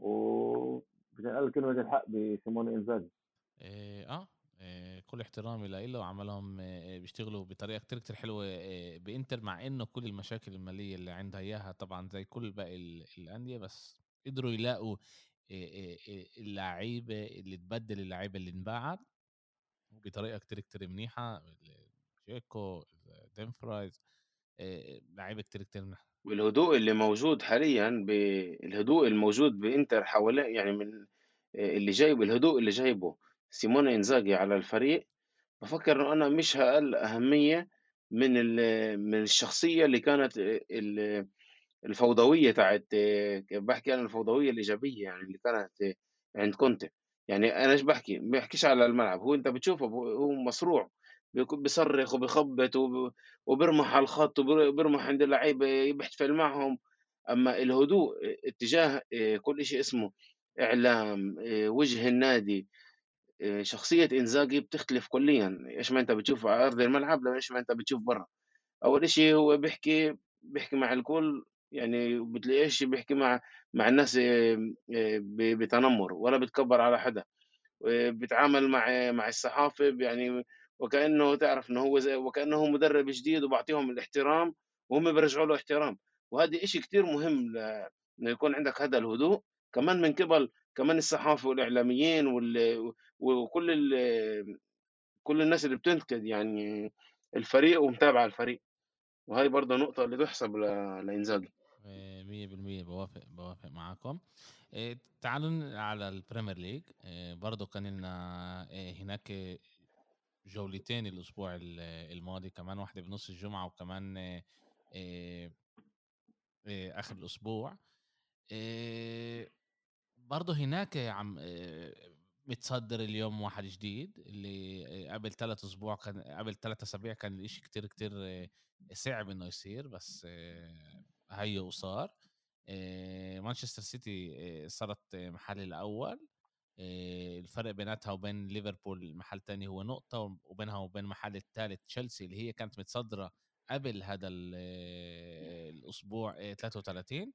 و قال كلمه الحق بسيموني انزاجي. إيه اه إيه كل احترامي له، عملهم إيه بيشتغلوا بطريقه كتير كتير حلوه إيه بانتر، مع انه كل المشاكل الماليه اللي عندها اياها طبعا زي كل باقي ال- الانديه، بس قدروا يلاقوا إيه إيه إيه اللعيبه اللي تبدل اللعيبه اللي انباعت بطريقه كتير كتير منيحه. جيكو، ديمفرايز، إيه لعيبه كتير كتير منيحه. والهدوء اللي موجود حاليًا ب الهدوء الموجود بإنتر حواليه، يعني من آآ اللي جايب الهدوء اللي جايبه سيموني إنزاجي على الفريق، بافكر إنه أنا مش أقل أهمية من ال من الشخصية اللي كانت آآ ال الفوضوية بتاعة، باحكي أنا الفوضوية الإيجابية يعني اللي كانت عند كونتي. يعني أنا إيش باحكي، ما باحكيش على الملعب، هو أنت بتشوفه ب هو مصروع، بيك بيصرخ وبيخبط وب وبيرمح على الخط وبير بيرمح عند اللعيبة بيحتفل معهم. أمّا الهدوء اتجاه آآ كل إشي اسمه إعلام، آآ وجه النادي، آآ شخصية إنزاجي بتختلف كليًا، إيش ما أنت بتشوفه على أرض الملعب لا إيش ما أنت بتشوف برّا. أول إشي هو بيحكي بيحكي مع الكل، يعني بتلاقيش بيحكي مع مع الناس آمم، آآ ب بتنمُّر ولا بيتكبّر على حدا. آآ بيتعامل مع مع الصحافة ب يعني وكأنه تعرف إنه هو زي وكأنه هو مدرب جديد وبيعطيهم الاحترام وهُم بيرجعوا له احترام. وهذا إشي كتير مهم ل إنه يكون عندك هذا الهدوء كمان من قِبل كمان الصحافة والإعلاميين وال وكل ال كل الناس اللي بتنتقد يعني الفريق ومتابعة الفريق. وهي برضه نقطة اللي تُحسب ل لإنزاجي. إيه، مية بالمية بوافق بوافق معاكم. إيه تعالوا ن- على البريمير ليج. إيه برضو كان لنا إيه هناك جولتين الأسبوع ال- الماضي، كمان واحدة بنص الجمعة وكمان إيه إيه إيه آخر الأسبوع. إيه برضه هناك عم إيه متصدر اليوم واحد جديد اللي إيه قبل ثلاث أسبوع كان قبل ثلاث أسابيع كان الإشي كتير كتير إيه صعب إنه يصير، بس إيه هي وصار. إيه مانشستر سيتي إيه صارت محل الأول. إيه الفرق بيناتها وبين ليفربول محل تاني هو نقطة، وبينها وبين محل الثالث تشيلسي اللي هي كانت متصدرة قبل هذا ال- إيه الأسبوع إيه ثلاثة وثلاثين.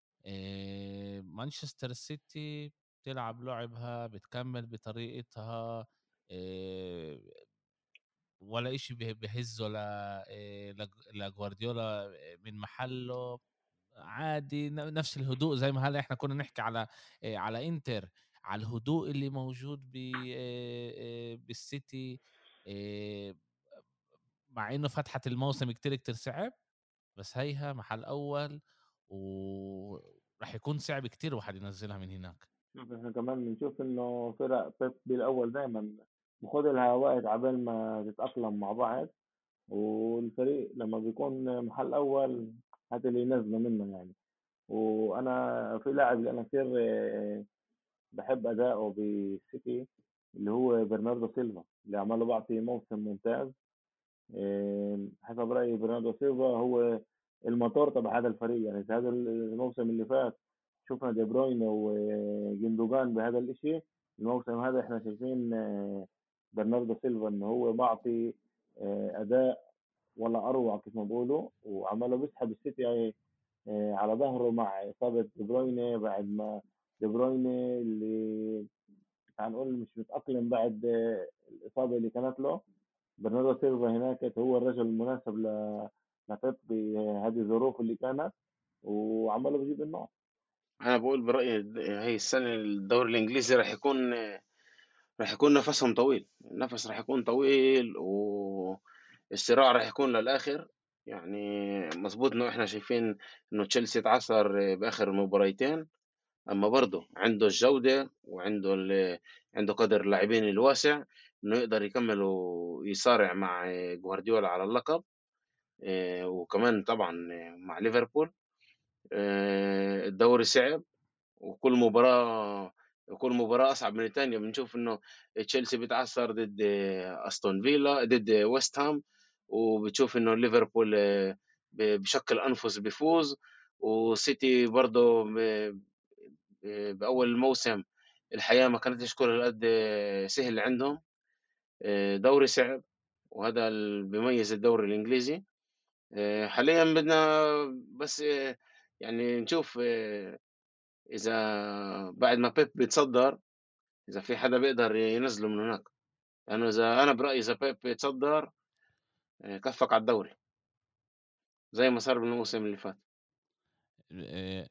إيه مانشستر سيتي بتلعب لعبها، بتكمل بطريقتها. إيه ولا إشي به- بهز ولا إيه لج- لجوارديولا من محله. عادي ن- نفس الهدوء زي ما هلا احنا كنا نحكي على إيه على انتر، على الهدوء اللي موجود ب إيه إيه بالسيتي. إيه مع انه فتحت الموسم كتير كتير صعب، بس هيها محل اول وراح يكون صعب كتير واحد ينزلها من هناك. احنا كمان بنشوف انه فرق بيب بالاول دايما بخد لها وقت عبال ما تتأقلم مع بعض. والفريق لما بيكون محل اول هذا اللي ينزله منه يعني. وانا في لاعب اللي انا كثير آه، بحب اداؤه بالسيتي، اللي هو برناردو سيلفا اللي عماله بعطي موسم ممتاز. آه، حسب رأيي برناردو سيلفا هو الموتور تبع هذا الفريق. يعني في هذا الموسم اللي فات شفنا دي بروين وجندوجان بهذا الاشي. الموسم هذا احنا شايفين آه، برناردو سيلفا انه هو بعطي آه، اداء ولا اروع كيف ما بقولوا، وعماله بيسحب السيتي آه، على ظهره مع اصابه دي بروين. بعد ما دي بروين اللي هنقول مش متأقلم بعد آه، الإصابة اللي كانت له، برناردو سيلفا هناك هو الرجل المناسب ل لبيب بهذه الظروف اللي كانت، وعماله بيجيب النقط. أنا باقول برأيي د هي السنة الدوري الإنجليزي راح يكون راح يكون نفسهم طويل، النفس راح يكون طويل والصراع راح يكون للآخر. يعني مظبوط إنه إحنا شايفين إنه تشيلسي اتعثر بآخر المباريتين، أما برضه عنده الجودة وعنده ال عنده قدر اللاعبين الواسع إنه يقدر يكمل ويصارع مع جوارديولا على اللقب. آآ وكمان طبعًا مع ليفربول. آآ الدوري صعب، وكل مباراة وكل مباراة أصعب من التانية. بنشوف إنه تشيلسي بيتعثر ضد أستون فيلا ضد ويست هام، وبتشوف إنه ليفربول آه، ب بشق الأنفس بيفوز، وسيتي برضه ب ب بأول الموسم الحياة ما كانتش كل هالقد سهل عندهم. آآ دوري صعب، وهذا اللي بيميز الدوري الإنجليزي. آآ حاليًا بدنا بس آه، يعني نشوف آه، إذا بعد ما بيب بيتصدّر إذا في حدا بيقدر ينزله من هناك. لأنه إذا أنا برأيي إذا بيب بيتصدّر آآ كفّك على الدوري، زي ما صار بالموسم اللي فات. آآ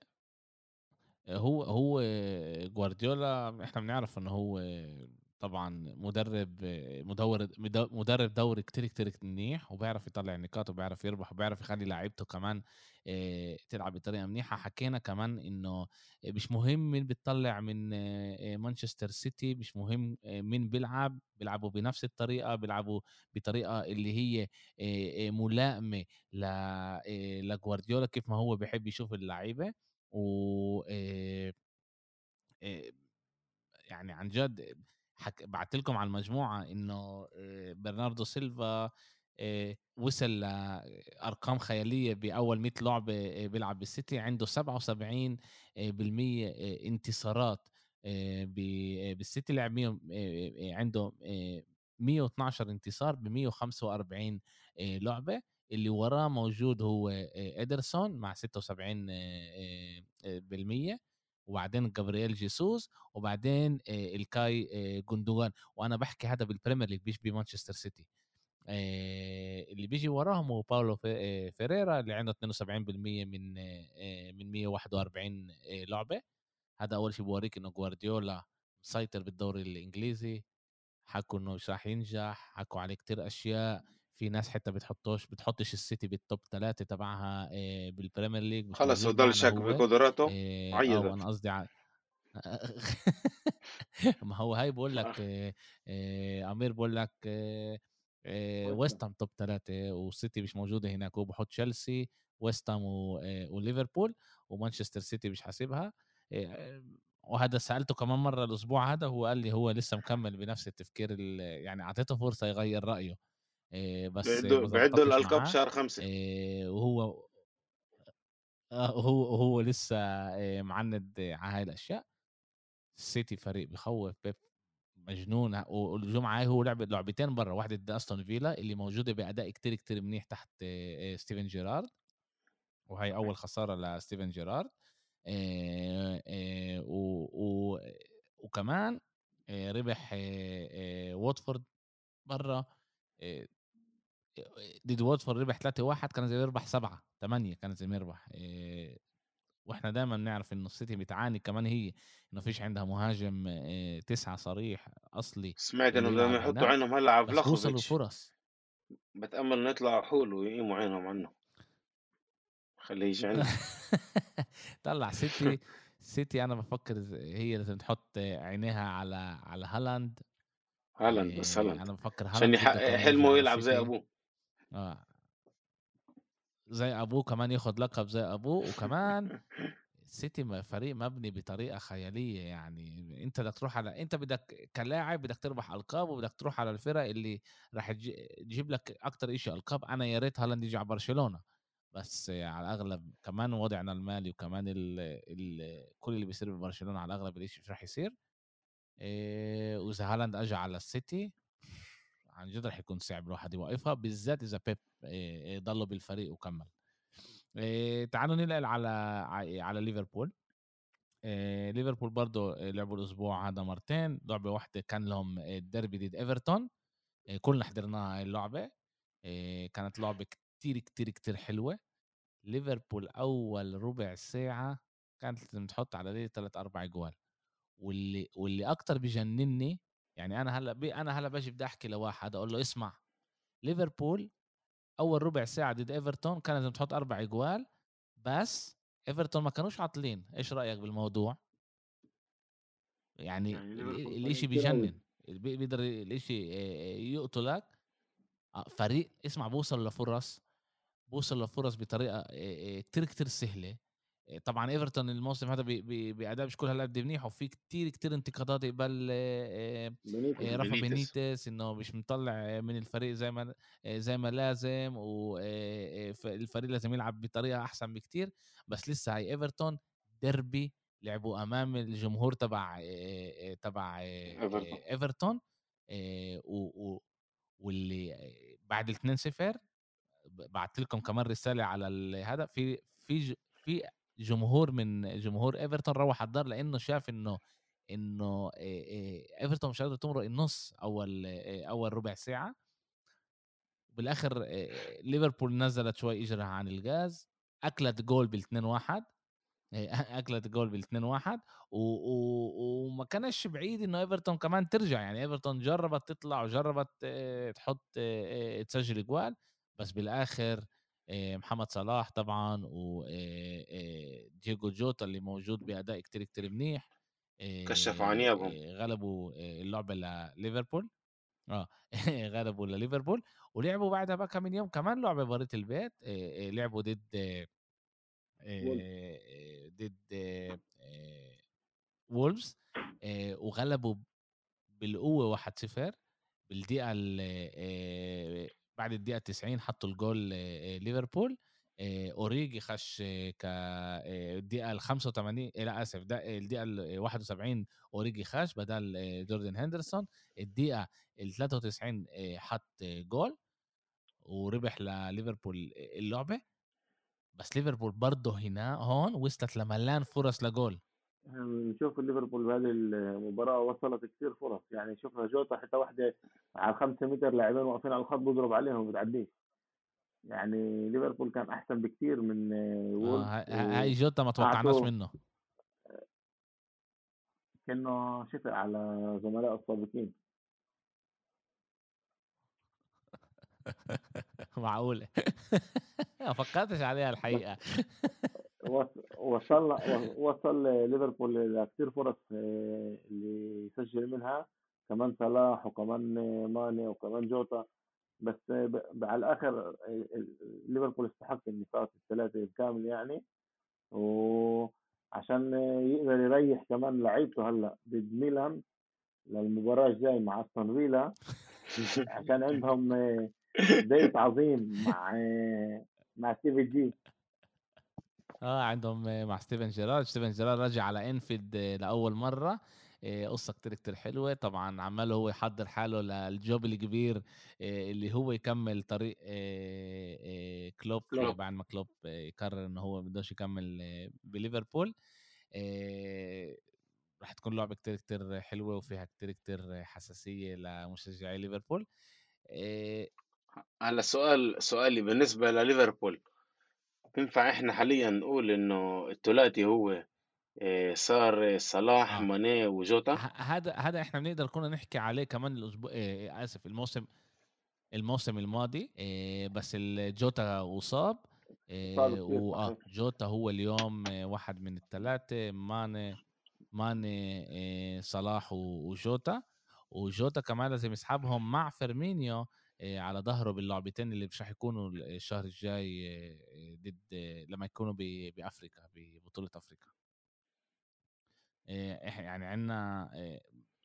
هو هو جوارديولا إحنا بنعرف إنه هو طبعًا مدرب مدور مد مدرب دوري كتير، كتير منيح، وبيعرف يطلّع النقاط وبيعرف يربح وبيعرف يخلّي لعيبته كمان آآ تلعب بطريقة منيحة. حكينا كمان إنه مش مهم مين بتطلّع من آآ مانشستر سيتي، مش مهم آآ مين بيلعب، بيلعبوا بنفس الطريقة، بيلعبوا بطريقة اللي هي آآ ملائمة ل آآ لجوارديولا كيف ما هو بيحب يشوف اللعيبة. و آآ آآ يعني عن جد حك بعت لكم على المجموعة إنه آآ برناردو سيلفا آآ وصل لأرقام خيالية بأول مية لعبة آآ بيلعب بالسيتي، عنده سبعة وسبعين آآ بالمية آآ انتصارات آآ ب بالسيتي، لعب مية آآ عنده آآ مية واثناشر انتصار بمية وخمسة وأربعين آآ لعبة. اللي وراه موجود هو آآ إيدرسون مع ستة وسبعين آآ بالمية، وبعدين جابرييل جيسوس، وبعدين آآ الكاي آآ جوندوجان. وأنا باحكي هذا بالبريمير ليج مش بمانشستر سيتي. آآ اللي بييجي وراهم هو باولو ف آآ فيريرا اللي عنده اثنين وسبعين بالمية من آآ من مية وواحد وأربعين آآ لعبة. هذا أول شي بيوريك إنه جوارديولا مسيطر بالدوري الإنجليزي. حكوا إنه مش راح ينجح، حكوا عليه كتير أشياء. في ناس حتى بتحطوش بتحطش السيتي بالتوب ثلاثة تبعها آآ بالبريمير ليج، مش خلص هو موجود ضل معنا شاك هو. بقدراته آآ آه وعيّدت. وأنا قصدي ع ما هو هاي بقول لك آآ أمير بقول لك آآ ويست هام. ويست هام توب ثلاثة والسيتي مش موجودة هناك. هو بيحط تشيلسي، ويست هام و آآ وليفربول، ومانشستر سيتي مش حاسبها. آآ وهذا سألته كمان مرة الأسبوع هذا، هو قال لي هو لسه مكمل بنفس التفكير ال يعني أعطيته فرصة يغيّر رأيه. آآ بس بيعدّوا ما بيعدّوا زبطتش الألقاب معاه. شهر خمسة. آآ وهو آه وهو وهو لسه آآ معند على هاي الأشياء. السيتي فريق بيخوّف، بيب مجنون. ه والجمعة هاي هو لعب لعبتين برّا، واحدة ضد أستون فيلا اللي موجودة بأداء كتير، كتير منيح تحت آآ ستيفن جيرارد، وهي أول خسارة لستيفن جيرارد. آآ آآ و و وكمان آآ ربح آآ آآ واتفورد برّا. آآ ضد واتفورد ربح ثلاثة واحد، كان زي يربح سبعة، ثمانية كان زي ما يربح. آآ وإحنا دايمًا نعرف إنه السيتي بتعاني كمان هي إنه ما فيش عندها مهاجم آآ تسعة صريح أصلي سمعت اللي إنه بدهم يلعب يحطّوا هناك، عينهم هلّأ على بس بيوصلوا فلاخوفيتش. لفرص. باتأمل إنه يطلعوا حول ويقيموا عينهم عنّه، خلّيه ييجي عندنا. طلّع سيتي. سيتي أنا بافكر ز هي لازم تحط عينيها على على هالاند. هالاند، بس آآ هالاند أنا بافكر عشان هالاند بده يحقق كمان ييجي حلمه على ويلعب زي السيتي. أبوه. آه، زي أبوه كمان ياخد لقب زي أبوه. وكمان السيتي م فريق مبني بطريقة خيالية. يعني أنت بدك تروح على أنت بدك كلاعب بدك تربح ألقاب، وبدك تروح على الفرق اللي راح تج تجيب لك أكتر إشي ألقاب. أنا يا ريت هالاند ييجي على برشلونة، بس على الأغلب كمان وضعنا المالي وكمان ال ال كل اللي بيصير ببرشلونة على الأغلب الإشي مش راح يصير. آآ وإذا هالاند أجى على السيتي عن جد راح يكون صعب الواحد يوقفها، بالذات إذا بيب آآ ضلّه بالفريق وكمّل. آآ تعالوا ننقل على ع على ليفربول. آآ ليفربول برضه لعبوا الأسبوع هذا مرتين، لعبة واحدة كان لهم الديربي ضد إيفرتون. آآ كلنا حضرناها هاي اللعبة. آآ كانت لعبة كتير، كتير، كتير حلوة. ليفربول أول ربع ساعة كانت لازم تحط على القليل ثلاثة، أربعة جوال. واللي واللي أكتر بيجننّي، يعني أنا هلأ ب أنا هلأ باجي بدي أحكي لواحد أقول له اسمع، ليفربول اول ربع ساعه ضد ايفرتون كان لازم تحط اربع اجوال، بس ايفرتون ما كانوش عاطلين. ايش رايك بالموضوع؟ يعني يعني ال- ليفربول ال- فريق الاشي كتير قوي. بيجنن، بي- بيقدر الاشي آه، يقتلك. آه، فريق اسمع بوصل لفرص، بوصل لفرص بطريقه آه، آه، كتير كتير سهله. آه، طبعا ايفرتون الموسم هذا ب- ب- باداء مش كل هالقد منيح، وفي كتير كتير انتقادات قبل آه، آه، بنيتس. آه، رافا بينيتس بينيتس انه مش مطلع من الفريق زي ما آه، زي ما لازم، والفريق لازم يلعب بطريقه احسن بكتير. بس لسه هاي ايفرتون ديربي لعبوا امام الجمهور تبع آه، آه، تبع آه، ايفرتون. آه، ايفرتون. آه، و- و- واللي آه، بعد الاثنين صفر بعت لكم كمان رساله على هذا، في في ج- في جمهور من جمهور ايفرتون روح على الدار لانه شاف انه انه إيه إيه ايفرتون مش قادر تمرق النص اول إيه اول ربع ساعه. بالاخر إيه ليفربول نزلت شوي اجرها عن الغاز، اكلت جول بالاتنين واحد. إيه، اكلت جول بالاتنين واحد و... و... وما كانش بعيد انه ايفرتون كمان ترجع. يعني ايفرتون جربت تطلع وجربت إيه، تحط إيه، إيه، تسجل جوال، بس بالاخر إيه، محمد صلاح طبعا ودييغو جوتا اللي موجود باداء كتير كتير منيح كشفوا عن إيه، نيابهم. إيه، غلبوا إيه، اللعبه لليفربول. اه غلبوا لليفربول. ولعبوا بعدها بقى كم يوم كمان لعبه برية البيت، إيه، إيه، لعبوا ضد وولف. آه، ضد وولفز، وغلبوا بالقوة واحد صفر بالدقيقة ال- آه، بعد الدقيقة تسعين حطوا الجول آه، ليفربول. آه، اوريجي خش آه، ك آه، الدقيقة ال خمسة وثمانين، آه، لا اسف، ده الدقيقة ال واحد وسبعين اوريجي خش بدل آه، جوردن هندرسون. الدقيقة ال ثلاثة وتسعين آه، حط آه، جول وربح لليفربول اللعبة. بس ليفربول برضه هنا هون وصلت لملان فرص لجول. نشوف ليفربول بهذه المباراة وصلت كثير فرص، يعني شفنا جوتا حتى واحدة على خمسة متر لاعبين واقفين على الخط بيضرب عليهم وبتعديه. يعني ليفربول كان أحسن بكثير من آه، اه وولف، ه- هاي جوتا ما توقعناش وقعته منه. كأنه شفق على زملاء السابقين. معقولة. ما فكرتش عليها بس الحقيقة. وص- وصلنا وصل ليفربول لكثير فرص آه، اللي يسجل منها كمان صلاح وكمان آه، ماني وكمان جوتا. بس آه، ب- ب- على الآخر آه، ليفربول استحق النقاط الثلاثة الكامل يعني، وعشان آه، يقدر يريح كمان لعيبته هلا ضد ميلان للمباراة الجاي مع استون فيلا، عشان عندهم آه، بيت عظيم مع آه، مع ستيفي جي. اه عندهم مع ستيفن جيرارد. ستيفن جيرارد رجع على انفيلد لأول مرة. إيه، قصة كتير كتير حلوة. طبعا عمال هو يحضر حاله للجوب الكبير، إيه، اللي هو يكمل طريق إيه، إيه، كلوب كلوب. إيه، بعد ما كلوب إيه، يقرر انه هو بدوش يكمل إيه، بليفربول. إيه، راح تكون لعبة كتير كتير حلوة وفيها كتير كتير حساسية لمشجعي ليفربول. إيه، هلا السؤال سؤالي بالنسبة لليفربول، بينفع احنا حاليا نقول انه الثلاثي هو إيه، صار صلاح اه ماني وجوتا؟ ه- هذا هذا احنا بنقدر كنا نحكي عليه كمان الاسبوع إيه اسف الموسم الموسم الماضي. إيه بس الجوتا اصاب. صعب إيه كثير واه صحيح. جوتا هو اليوم إيه واحد من الثلاثه. ماني ماني إيه صلاح و- وجوتا. وجوتا كمان لازم يسحبهم مع فيرمينيو إيه على ظهره باللعبتين اللي مش رح يكونوا الشهر الجاي إيه ضد إيه لما يكونوا ب- بافريقيا ببطوله افريقيا. إيه إح- يعني عندنا إيه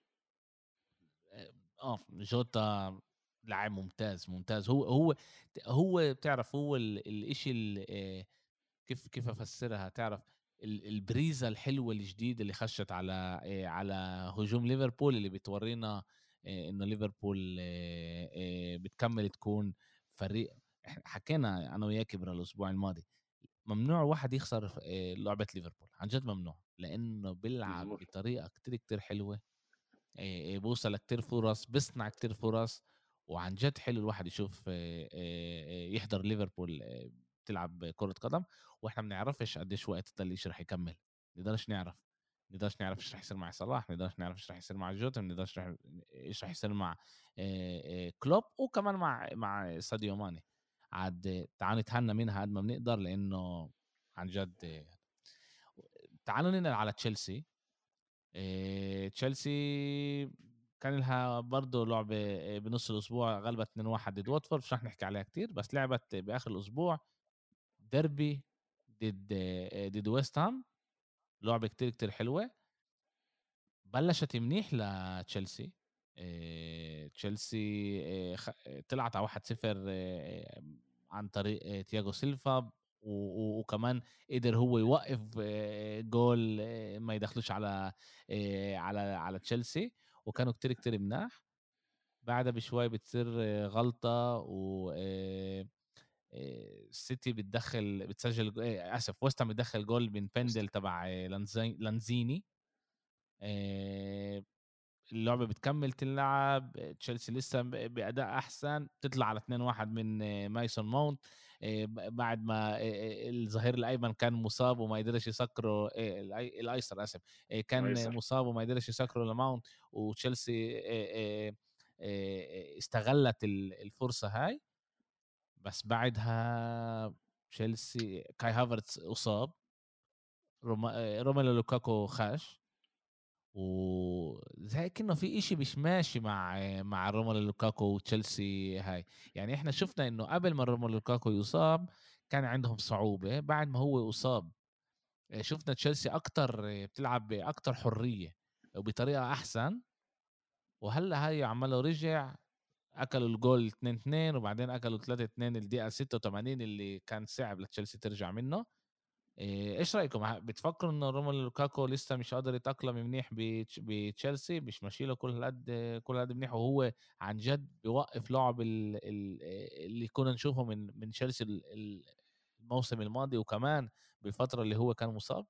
اه جوتا لاعب ممتاز ممتاز. هو هو هو بتعرف هو ال- الاشي ال- آه، كيف كيف افسرها تعرف ال- البريزة الحلوة الجديدة اللي خشت على آه، على هجوم ليفربول اللي بتورينا آه، انه ليفربول آه، آه، بتكمل تكون فريق. إحنا حكينا انا وياك برا الاسبوع الماضي ممنوع واحد يخسر آه، لعبة ليفربول عن جد ممنوع لانه بيلعب مظبوط. بطريقة كتير كتير حلوة. آه، بوصل لكتير فرص بيصنع كتير فرص. وعن جد حلو الواحد يشوف آه، آه، يحضر ليفربول آه، تلعب كرة قدم. واحنا ما بنعرفش قديش وقت ده الشيء رح يكمل. نقدرش نعرف نقدرش نعرف ايش رح يصير مع صلاح. نقدرش نعرف ايش رح يصير مع جوتا. نقدرش ايش رح يصير مع آه، آه، كلوب وكمان مع مع ساديو ماني. عاد تعالوا نتهنى منها قد ما بنقدر، لأنه عن جد. تعالوا ننقل على تشيلسي. إيه، تشيلسي كان لها برضه لعبة إيه، بنص الأسبوع، غلبت اثنين واحد ضد واتفورد، مش رح نحكي عليها كتير، بس لعبت بآخر الأسبوع ديربي ضد إيه، ضد ويست هام، لعبة كتير كتير حلوة. بلشت منيح لتشيلسي. إيه، تشيلسي إيه، خ... طلعت على واحد صفر إيه، عن طريق إيه، تياغو سيلفا، و... و... وكمان قدر هو يوقف إيه، جول إيه، ما يدخلوش على إيه، على على تشيلسي، وكانوا كتير كتير مناح. بعدها بشوي بتصير إيه، غلطة، و إيه، إيه، السيتي بتدخل بتسجل إيه، اسف ويست هام بتدخل جول من بندل تبع إيه، لانزي... لانزيني. إيه، اللعبة بتكمل تلعب، تشيلسي لسه بأداء أحسن، تطلع على اثنين واحد من آه، مايسون ماونت. آه، بعد ما آه، آه، الظهير الأيمن كان مصاب وما يقدرش يسكره، آه، الأي- الأيسر آسف، آه، كان ايسر. مصاب وما يقدرش يسكره لماونت، وتشيلسي آه، آه، آه، استغلت ال- الفرصة هاي. بس بعدها تشيلسي كاي هافرتس أصاب، روما- آه، روميلو لوكاكو خاش، وزي كأنه في إشي مش ماشي مع مع روميلو لوكاكو وتشيلسي هاي. يعني احنا شفنا انه قبل ما روميلو لوكاكو يصاب كان عندهم صعوبة، بعد ما هو أصاب شفنا تشيلسي اكتر بتلعب باكتر حرية وبطريقة احسن. وهلا هاي عمله رجع، اكلوا الجول اثنين اثنين، وبعدين اكلوا ثلاثة اثنين الدقيقة ستة وثمانين اللي كان صعب لتشيلسي ترجع منه. إيه، ايش رايكم؟ ه- بتفكروا انه روميلو لوكاكو لسه مش قادر يتاقلم منيح بتش- بتشيلسي، مش ماشي له كل هالقد كل هالقد منيح، وهو عن جد بيوقف لعب ال- ال- اللي كنا نشوفه من من تشيلسي ال- ال- الموسم الماضي، وكمان بالفتره اللي هو كان مصاب.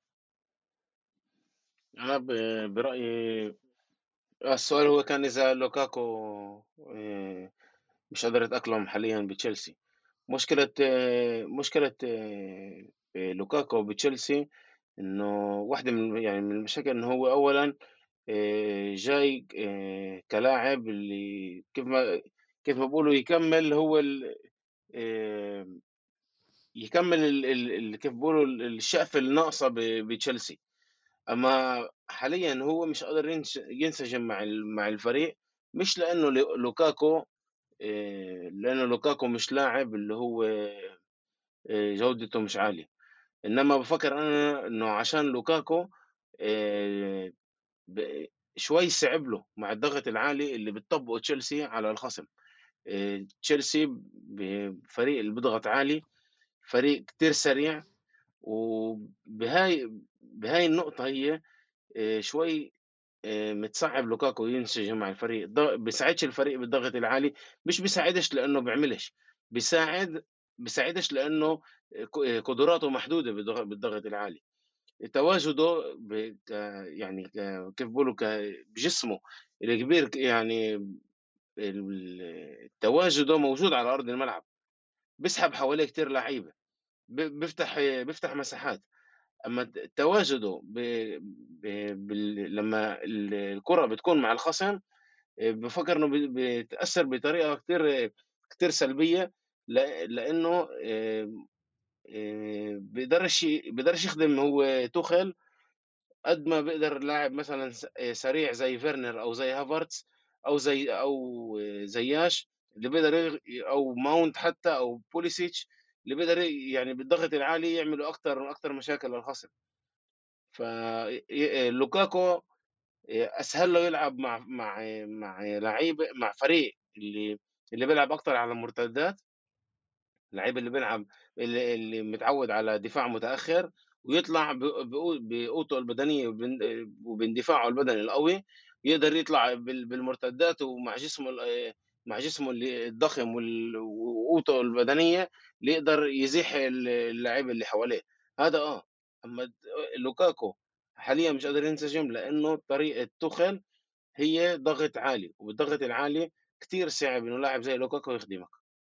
انا ب- برايي السؤال هو كان اذا لوكاكو آه، مش قادر يتاقلم حاليا بتشيلسي. مشكله آه، مشكله آه، آه، لوكاكو بتشيلسي انه واحده من يعني من المشاكل انه هو اولا آه، جاي آه، كلاعب اللي كيف ما كيف ما بيقولوا يكمل هو ال- آه، يكمل ال- ال- ال- كيف بيقولوا ال- الشقفة الناقصة ب- بتشيلسي. اما حاليا هو مش قادر ينش- ينسجم مع ال- مع الفريق. مش لانه لو- لوكاكو آه، لانه لوكاكو مش لاعب اللي هو آه، جودته مش عالية. انما بفكر انا انه عشان لوكاكو آه، ب- شوي صعب له مع الضغط العالي اللي بتطبقه تشيلسي على الخصم. آه، تشيلسي بفريق اللي بيضغط عالي، فريق كتير سريع. وبهاي بهاي النقطة هي آه، شوي آه، متصعب لوكاكو ينسجم مع الفريق. ض- بيساعدش الفريق بالضغط العالي. مش بيساعدش لأنه بيعملش، بيساعد بيساعدش لأنه ق- قدراته محدودة بالضغ- بالضغط العالي. تواجده ب... ك... يعني ك... كيف بيقولوا ك... بجسمه الكبير، ك- يعني ال- تواجده موجود على أرض الملعب، بيسحب حواليه كتير لعيبة، ب... بيفتح بيفتح مساحات. اما ت- تواجده ب... ب... بال... لما ال- الكرة بتكون مع الخصم آه، بفكر انه ب- بتأثر بطريقة كتير كتير سلبية. ل... لانه آه، آه، بيقدرش بيقدرش يخدم هو توخيل قد ما بيقدر لاعب مثلا س- آه، سريع زي فيرنر او زي هافرتس او زي او آه، زياش اللي بيقدر يغ- او ماونت حتى او بوليسيتش اللي بيقدر ي- يعني بالضغط العالي يعملوا اكتر اكتر مشاكل للخصم. فلوكاكو اسهل له يلعب مع مع مع لعيبه مع فريق اللي اللي بيلعب اكتر على المرتدات، اللعيب اللي بيلعب اللي, اللي متعود على دفاع متاخر، ويطلع ب- بقو- بقوته البدنيه وبن- وباندفاعه البدني القوي، يقدر يطلع بال- بالمرتدات ومع جسمه ال- مع جسمه اللي- الضخم وال- وقوته البدنيه اللي يقدر يزيح ال- اللعيبه اللي حواليه. هذا اه. اما د- لوكاكو حاليا مش قادر ينسجم لانه طريقه توخل هي ضغط عالي، والضغط العالي كتير صعب انه لاعب زي لوكاكو يخدمك.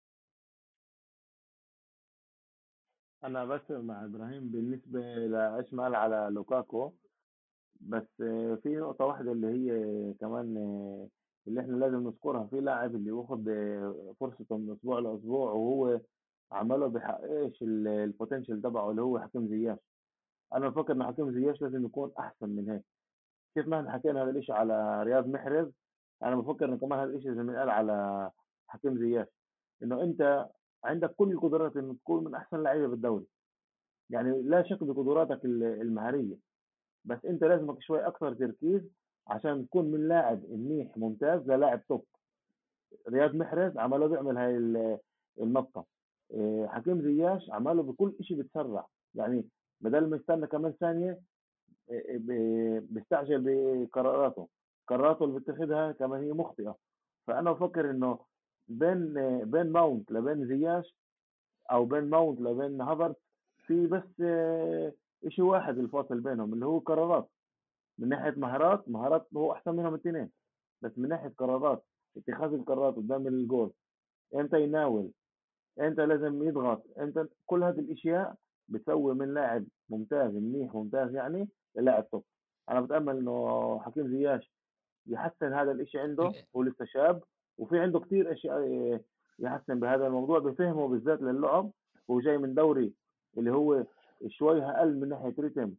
انا بس مع ابراهيم بالنسبه لاشمل على لوكاكو. بس آه، في نقطه واحده اللي هي كمان آه، اللي احنا لازم نذكرها في لاعب اللي واخد آه، فرصته من اسبوع لاسبوع، وهو عمله بيحققش البوتنشال تبعه اللي هو حكيم زياش. انا بفكر ان حكيم زياش لازم يكون احسن من هيك. كيف ما احنا حكينا هذا الشيء على رياض محرز، انا بفكر انه كمان هذا الشيء لازم ينقال على حكيم زياش، انه انت عندك كل القدرات انه تكون من احسن لعيبه بالدوري، يعني لا شك بقدراتك ال- المهاريه، بس انت لازمك شوي اكثر تركيز عشان تكون من لاعب منيح ممتاز للاعب توب. رياض محرز عمله بيعمل هاي ال- النطه. إيه، حكيم زياش عمله بكل شيء بتسرع، يعني بدل ما يستنى كمان ثانيه إيه، ب- بيستعجل بقراراته، قراراته اللي بيتخذها كمان هي مخطئه. فانا بفكر انه بين بين ماونت لبين زياش، او بين ماونت لبين هافرد، في بس آه، شيء واحد الفاصل بينهم اللي هو قرارات. من ناحيه مهارات مهارات هو احسن منهم الاثنين، بس من ناحيه قرارات، اتخاذ القرارات قدام الجول، امتى يناول، امتى لازم يضغط، امتى، كل هذه الاشياء بتسوي من لاعب ممتاز منيح ممتاز يعني للاعب توب. انا بتامل انه حكيم زياش يحسن هذا الاشي عنده، ال- هو لسه شاب وفي عنده كتير اشياء يحسن بهذا الموضوع، بفهمه بالذات للعب. هو جاي من دوري اللي هو شوي اقل من ناحيه ريتم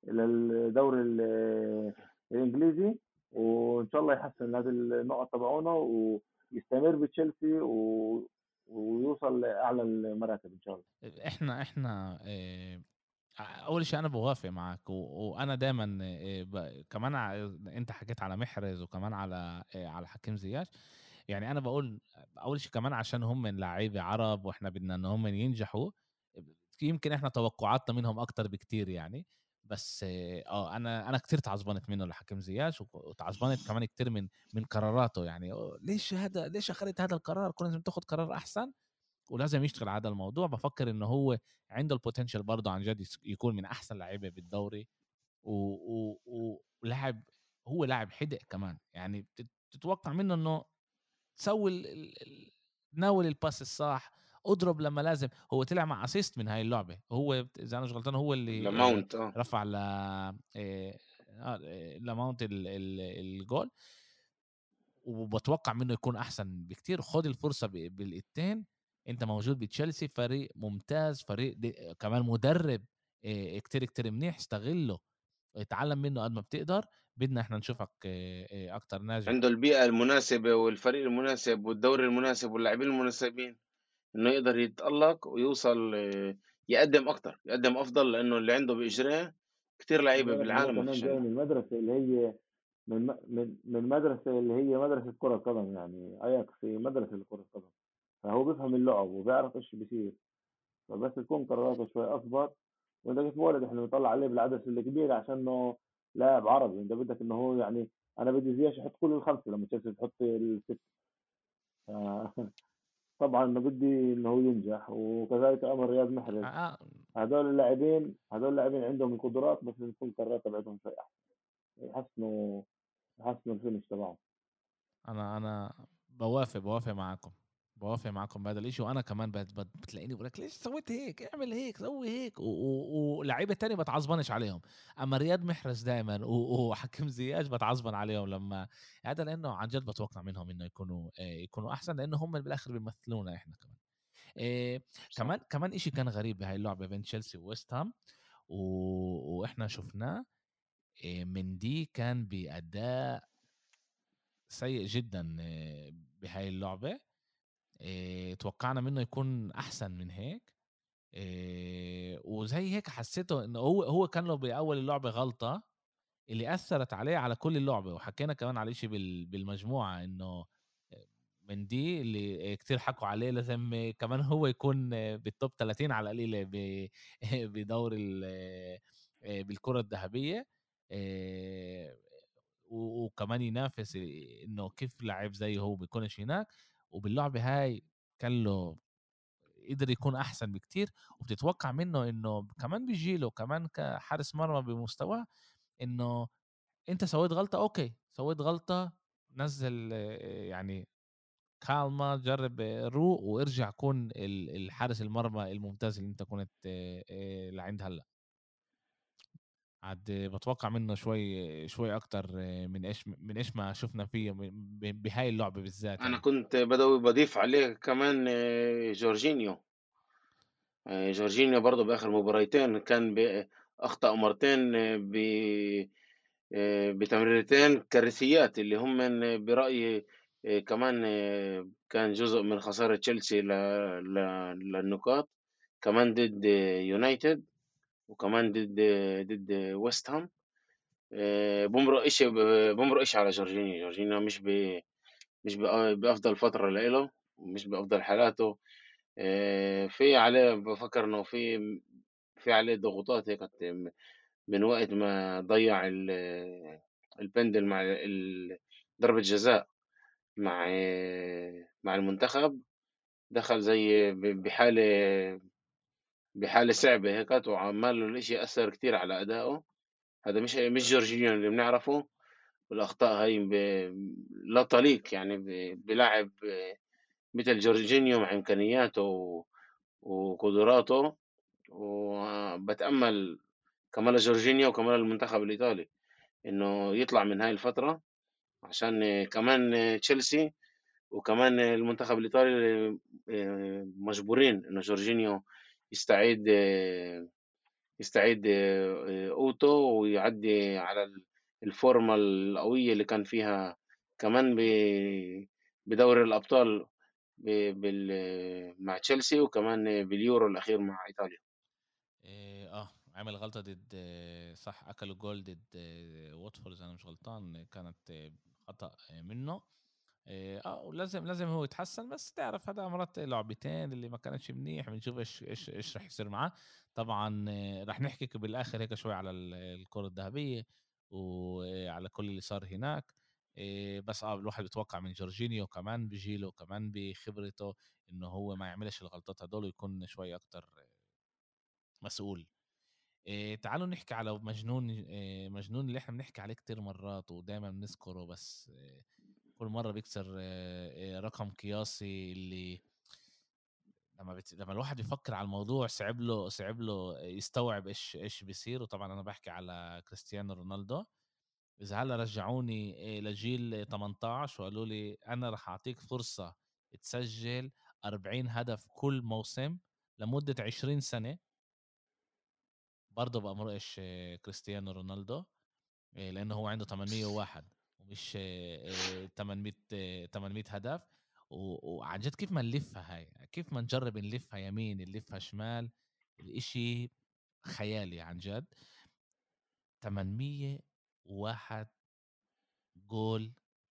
للدوري ال- الانجليزي، وان شاء الله يحسن هذه النقط تبعونه ويستمر بتشيلسي و... ويوصل لاعلى المراتب ان شاء الله. احنا احنا آه، اول شيء انا بوافق معاك، و... وانا دايما آه، ب... كمان ع... انت حكيت على محرز وكمان على آه، على حكيم زياش. يعني انا بقول اول شيء كمان عشان هم من لعيبه عرب واحنا بدنا ان هم ينجحوا، يمكن احنا توقعاتنا منهم اكتر بكتير يعني. بس اه آه، انا انا كتير تعصبنت منه لحكيم زياش، وك- وتعصبنت كمان كتير من من قراراته. يعني آه، ليش هذا، ليش اخذت هذا القرار؟ كنا لازم تاخذ قرار احسن، ولازم يشتغل على هذا الموضوع. بفكر انه هو عنده البوتنشال برضه عن جد يس- يكون من احسن لعيبه بالدوري، و- و- ولاعب، هو لاعب حدق كمان. يعني بت- تتوقع منه انه تسوي ال... ال... ال- ناول الباس الصح، اضرب لما لازم. هو طلع مع اسيست من هاي اللعبه، هو اذا انا مش غلطان هو اللي آه، لماونت اه رفع ل آه، آه، لماونت ال- ال- الجول. وبتوقع منه يكون احسن بكتير. خد الفرصه ب- بالايدتين. انت موجود بتشيلسي، فريق ممتاز، فريق دي كمان مدرب آه، كتير كتير منيح، استغله، اتعلم منه قد ما بتقدر. بدنا احنا نشوفك آه، آه، اكتر ناجح. عنده البيئة المناسبة والفريق المناسب والدوري المناسب واللاعبين المناسبين، انه يقدر يتألق ويوصل آه، يقدم اكتر، يقدم افضل، لانه اللي عنده باجراه كتير خلي لعيبة بالك إن هو بالعالم ما كمان فيش جاي عنده. من المدرسة اللي هي من م- من من مدرسة اللي هي مدرسة كرة قدم، يعني أياكس في مدرسة كرة قدم، فهو بيفهم اللعب وبيعرف إيش بيصير. فبس تكون قراراته شوي أضبط. وأنت كيف بقولك إحنا بنطلع عليه بالعدس الكبير عشانه لاعب عربي، أنت بدك إنه هو يعني، أنا بدي زياش يحط كل الخمسة لما تشيلسي تحط الست. ف- طبعا إنه بدي إنه هو ينجح، وكذلك أمر رياض محرز. آه، هذول اللاعبين هذول اللاعبين عندهم القدرات، بس لازم تكون القرارات تبعتهم شوي أحسن، يحسنوا يحسنوا الفينش تبعهم. انا انا بوافق بوافق معاكم، بوافق معاكم بهذا الاشي. وانا كمان بت- بت- بتلاقيني بقول لك ليش سويت هيك، اعمل هيك، سوي هيك، و- و- ولاعيبه تانية بتعصبنش عليهم. اما رياض محرز دائما وحكيم زياش بتعصبن عليهم لما هذا، لانه عن جد بتوقع منهم انه يكونوا آه، يكونوا احسن، لانه هم اللي بالاخر بيمثلونا احنا كمان. إيه، صح. كمان كمان اشي كان غريب بهاي اللعبه بين تشيلسي وويست هام، و- واحنا شفناه. إيه، من دي كان بأداء سيء جدا آه، بهاي اللعبة. آه، توقعنا منه يكون أحسن من هيك. آه، وزي هيك حسيته إنه هو هو كان له بأول اللعبة غلطة اللي أثرت عليه على كل اللعبة. وحكينا كمان على إشي بال- بالمجموعة إنه من دي اللي كتير حكوا عليه لازم كمان هو يكون بالتوب ثلاثين على القليلة ب- بدور ال- بالكرة الذهبية. آه، و- وكمان ينافس انه كيف لاعب زي هو بيكونش هناك. وباللعبة هاي كان له قدر يكون احسن بكتير. وبتتوقع منه انه كمان بيجيله كمان كحارس مرمى بمستواه، انه انت سويت غلطة، اوكي سويت غلطة، نزل آه، يعني كالما، جرب آه، روق وارجع كون ال- الحارس المرمى الممتاز اللي انت كنت آه، آه، لعند هلا. عاد بتوقع منه شوي شوي اكتر آه، من ايش من ايش ما شفنا فيه ب- ب- بهاي اللعبة بالذات انا يعني. كنت بدوي بضيف عليه كمان آه، جورجينيو. آآ جورجينيو برضه بآخر مباراتين كان ب أخطأ مرتين ب آآ بتمريرتين كارثيات اللي هُمن برأيي آآ كمان آه، كان جزء من خسارة تشيلسي ل ل للنقاط، كمان ضد يونايتد وكمان ضد ضد ويست هام. آآ بيمرق إشي ب بيمرق إشي على جورجينيو، جورجينيو مش ب مش بأ بأفضل فترة لإله ومش بأفضل حالاته. آآ في عليه بافكّر إنه في في عليه ضغوطات هيك م من وقت ما ضيّع ال البندل مع ال ضربة جزاء مع مع المنتخب، دخل زي ب بحالة بحالة صعبة هيكَة وعمّال له الإشي أثّر كتير على أدائه. هذا مش مش جورجينيو اللي بنعرفه، والأخطاء هاي ب لا تليق يعني ب بلاعب مثل جورجينيو مع إمكانياته و وقدراته. وباتأمل كمان لجورجينيو وكمان للمنتخب الإيطالي إنه يطلع من هاي الفترة، عشان كمان تشيلسي وكمان المنتخب الإيطالي آآ مجبورين إنه جورجينيو يستعيد آه، يستعيد آآ قوته ويعدّي على ال الفورمة القوية اللي كان فيها كمان ب بدوري الأبطال ب بال مع تشيلسي وكمان باليورو الأخير مع إيطاليا. إيه اه عمل غلطة ضد آه، صح اكلوا جول ضد آه، واتفورد اذا انا مش غلطان، كانت آه، خطأ آه، منه. إيه، اه ولازم لازم هو يتحسن، بس تعرف هذا مرات لعبتين اللي ما كانتش منيح، بنشوف ايش ايش ايش رح يصير معاه. طبعا آه، رح نحكي بالاخر هيك شوي على ال- الكرة الذهبية وعلى كل اللي صار هناك. إيه، بس اه الواحد بيتوقع من جورجينيو كمان بجيله كمان بخبرته انه هو ما يعملش الغلطات هدول ويكون شوي اكتر مسؤول. إيه تعالوا نحكي على مجنون، إيه مجنون اللي احنا بنحكي عليه كتير مرات ودايما بنذكره، بس إيه كل مرة بيكسر إيه إيه رقم قياسي اللي لما بت... لما الواحد بيفكر على الموضوع صعب له صعب له يستوعب ايش ايش بيصير. وطبعا انا بحكي على كريستيانو رونالدو. اذا هلا رجعوني إيه لجيل تمنتاشر وقالوا لي انا رح اعطيك فرصة تسجل أربعين هدف كل موسم لمدة عشرين سنة، برضه بقى مرقش إيه كريستيانو رونالدو. إيه، لانه هو عنده ثمانمية وواحد ومش إيه، ثمانمية إيه، ثمانمية هدف. و- وعن جد كيف ما نلفها هاي، كيف ما نجرب نلفها يمين نلفها شمال، الاشي خيالي عن جد. ثمانمية وواحد جول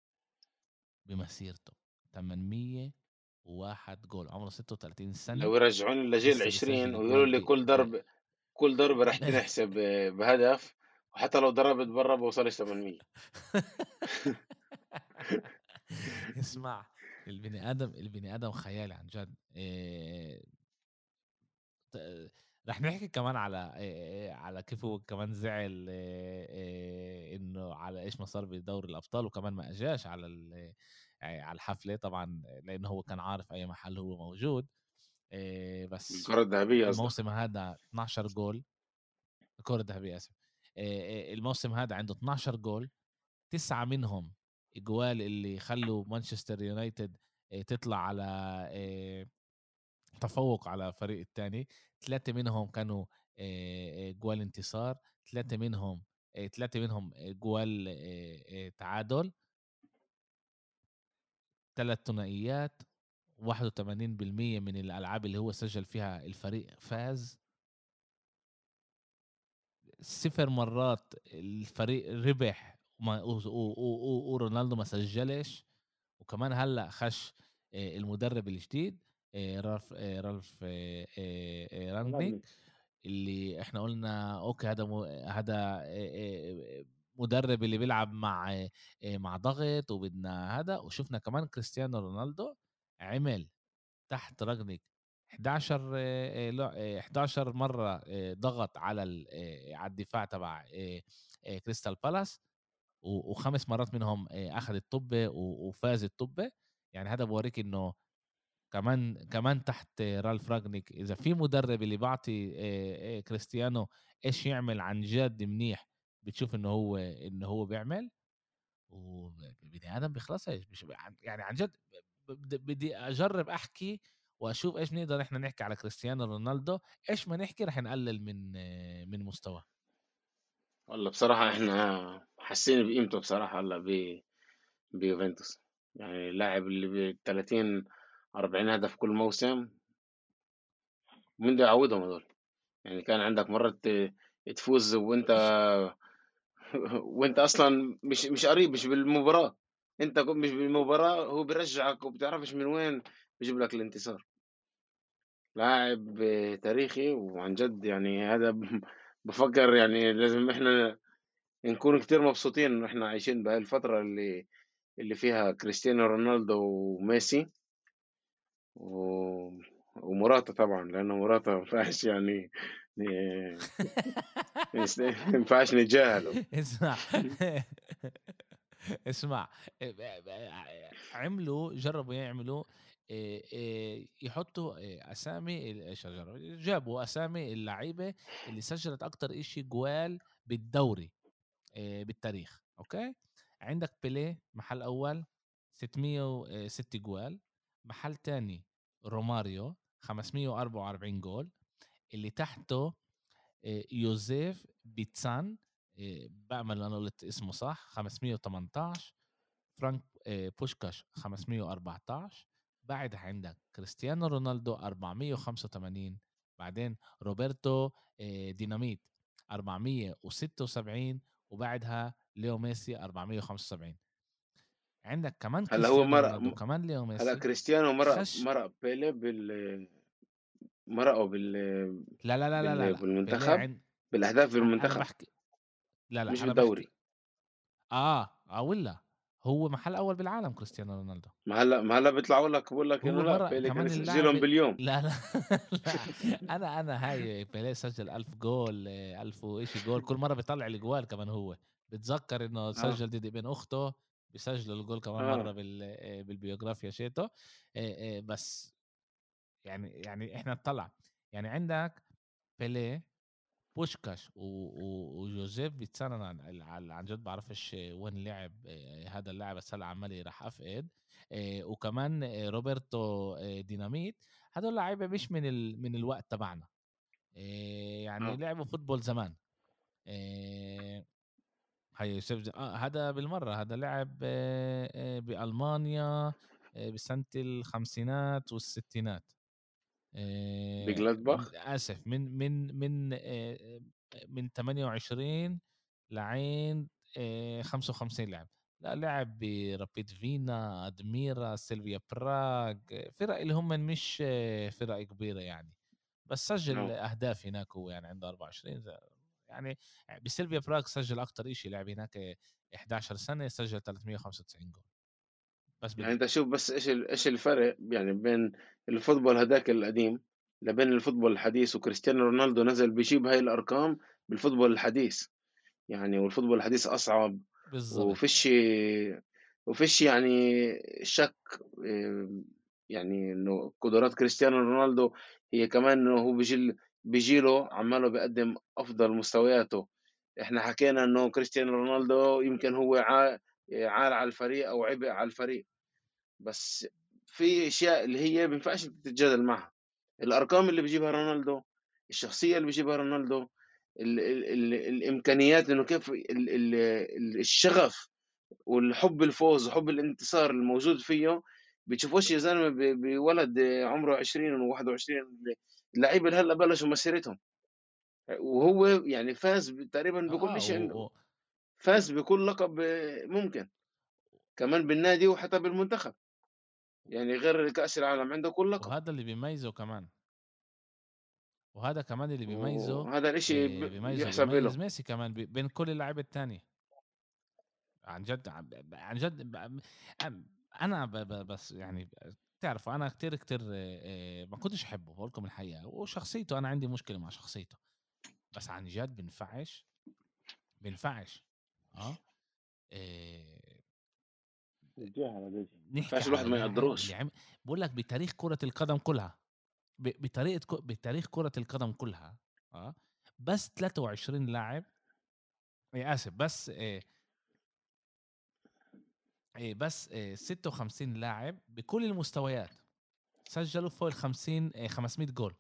بمسيرته، ثمانمية وواحد جول، عمره ستة وثلاثين سنة لو يرجعوني لجيل لسه عشرين بيسجل ويقولوا جوال لي ب... كل ب... ضرب كل ضربة رح تنحسب بهدف، وحتى لو ضربت برّا بوصلش ثمانمية. اسمع، البني ادم البني ادم خيالي عن جد. إيه... ت- رح نحكي كمان على إيه... على كيف هو كمان زعل إيه... إيه... انه على ايش ما صار بدوري الابطال، وكمان ما اجاش على ال... إيه، على الحفله طبعا لانه هو كان عارف اي محل هو موجود. إيه... بس الكرة الذهبية قصدك. الموسم هذا اتناشر جول. الكرة الذهبية اسف. إيه... إيه... الموسم هذا عنده اتناشر جول، تسعة منهم جوال اللي خلوا مانشستر يونايتد إيه، تطلع على إيه، تفوق على فريق التاني. ثلاثة منهم كانوا إيه، إيه، جوال انتصار، ثلاثة منهم إيه، ثلاثة منهم إيه، جوال إيه، إيه، تعادل، ثلاث ثنائيات. واحد وثمانين بالمية من الألعاب اللي هو سجل فيها الفريق فاز. صفر مرات الفريق ربح وما- و- و- و- ورونالدو ما سجلش. وكمان هلا خش آه، المدرب الجديد آه، رالف آه، رالف آه، آه، آه، رانجنيك، رنجنيك. اللي احنا قلنا اوكي هذا مو- هذا آه، آه، مدرب اللي بيلعب مع آه، آه، مع ضغط وبدنا هذا. وشفنا كمان كريستيانو رونالدو عمل تحت رانجنيك حداشر آه، آه، لا، آه، حداشر مرة آه، ضغط على ال- آه، على الدفاع تبع آه، آه، كريستال بالاس، و- وخمس مرات منهم آه، اخذ الطبه و- وفاز الطبه. يعني هذا بوريك انه كمان كمان تحت آه، رالف راجنيك اذا في مدرب اللي بعطي آه، آه، كريستيانو ايش يعمل عن جد منيح، بتشوف انه هو انه هو بيعمل. وبني ادم بيخلصش مش يعني عن جد. ب- بدي بدي اجرب احكي واشوف ايش نقدر احنا نحكي على كريستيانو رونالدو، ايش ما نحكي رح نقلل من من مستواه. والله بصراحة احنا حاسين بقيمته بصراحة هلا ب بيوفنتوس. يعني اللاعب اللي ب ثلاثين أربعين هدف كل موسم، مين بده يعوضهم هدول؟ يعني كان عندك مرات تفوز وانت وانت اصلا مش مش قريب، مش بالمباراة. انت كنت مش بالمباراة، هو بيرجعك وبتعرفش من وين بيجيب لك الانتصار. لاعب تاريخي وعن جد، يعني هذا ب- بفكر يعني لازم احنا نكون كتير مبسوطين ان احنا عايشين بهاي الفترة اللي اللي فيها كريستيانو رونالدو وميسي و... ومراته طبعا، لأنه مراته ما ينفعش يعني ن- نس- ما ينفعش نتجاهله. اسمع اسمع، عملوا جربوا يعملوا إيه، إيه، يحطوا إيه، اسامي ال- إيش جربوا؟ جابوا اسامي اللعيبه اللي سجلت اكتر اشي جوال بالدوري إيه، بالتاريخ. اوكي، عندك بيليه محل اول ستمية وستة جوال، محل تاني روماريو خمسمية وأربعة وأربعين جول، اللي تحته إيه، يوزيف بيتسان، إيه، بأمل أنا قلت اسمه صح، خمسمية وتمنتاشر، فرانك إيه، بوشكاش خمسمية وأربعتاشر، بعدها عندك كريستيانو رونالدو أربعمية وخمسة وثمانين، بعدين روبرتو إيه، ديناميت أربعمية وستة وسبعين، وبعدها ليو ميسي أربعمية وخمسة وسبعين. عندك كمان هلا هو كريستيانو مرق رونالدو كمان ليو هلا ميسي كريستيانو مرق خش. مرق بيلي بال مرقوا بال... لا لا لا لا لا بال... لا بيليه بالمنتخب، عند، بالأهداف انا بالمنتخب، بحكي، لا لا مش انا بالدوري. بحكي اه اه ولا هو محل اول بالعالم كريستيانو رونالدو. ما هلا ما هلا بيطلعوا لك بقول لك انه هو لا، مرة بيلي كان كمان يسجلهم اللاعب، باليوم. لا لا لا، انا انا هاي بيليه سجل ألف جول، آه، ألف وإشي جول، كل مرة بيطلع الجوال كمان. هو بتذكر انه اه سجل ضد ابن اخته، بيسجل الجول كمان اه مرة بال آه، بالبيوغرافيا شيته. آه، آه، بس يعني يعني احنا نطلع، يعني عندك بيليه، بوشكاش و- و- وجوزيف بيتسان. انا عن عن- عن جد بعرفش وين لعب آه، هذا اللاعب، بس هلا عمالي راح افقد. آه، وكمان آه، روبرتو آه، ديناميت. هدول لعيبه مش من ال... من الوقت تبعنا، آه، يعني اه لعبوا فوتبول زمان. آه، هاي يوسف ج- آه هذا بالمره هذا لعب آه، آه، بالمانيا آه، بسنه الخمسينات والستينات. آه، بجلادباخ. آسف، من من من آه، من ثمانية وعشرين لعين آه، خمسة وخمسين لعب. لا لعب برابيد فينا، أدميرا، سيلفيا براغ، آه، فرق اللي هم مش آه، فرق كبيرة يعني، بس سجل اه أهداف هناك. هو يعني عنده أربعة وعشرين ز- يعني بسيلفيا براغ سجل أكتر إشي، لعب هناك آه، إحدى عشر سنة، سجل ثلاثمية وخمسة وتسعين جول بس يعني بال... انت شوف بس ايش ال- ايش الفرق يعني بين الفوتبول هذاك القديم لبين الفوتبول الحديث. وكريستيانو رونالدو نزل بيجيب هاي الارقام بالفوتبول الحديث. يعني والفوتبول الحديث اصعب، بالضبط. وفيش وفيش يعني شك إيه، يعني انه قدرات كريستيانو رونالدو هي كمان انه هو بيجي بيجيله عماله بيقدم افضل مستوياته. احنا حكينا انه كريستيانو رونالدو يمكن هو عا- عال على الفريق او عبء على الفريق، بس في اشياء اللي هي ما ينفعش تتجادل معها. الارقام اللي بيجيبها رونالدو، الشخصيه اللي بيجيبها رونالدو، ال ال ال الامكانيات، انه كيف ال ال ال- الشغف والحب الفوز وحب الانتصار الموجود فيه. بتشوفوش يا زلمه ب- بولد عمره عشرين و21، اللعيبه اللي هلا بلشوا مسيرتهم، وهو يعني فاز ب- تقريبا اه بكل و... شيء عنده. و... فاز بكل لقب ممكن، كمان بالنادي وحتى بالمنتخب. يعني غير كأس العالم عنده كل لقب. وهذا اللي بيميزه كمان، وهذا كمان اللي بيميزه وهذا الاشي آه، ب- بيميزه يحسب له. بيميز ميسي كمان بي- بين كل اللعيبه التانية. عن جد عن عن جد ب- أم- انا ب- ب- بس يعني تعرفوا انا كتير كتير آه، آه، ما كنتش احبه، بقول لكم الحقيقه، وشخصيته انا عندي مشكله مع شخصيته، بس عن جد بنفعش بنفعش اه آه، الجهل هذا شيء. ما نحكي ينفعش الواحد على ما لاعب اللي يقدروش. عم بقول لك بتاريخ كره القدم كلها، ب- بطريقه ك- بتاريخ كره القدم كلها اه بس ثلاثة وعشرين لاعب، إيه اسف، بس إيه إيه بس إيه ستة وخمسين لاعب بكل المستويات سجلوا فوق الخمسين خمسمية جول،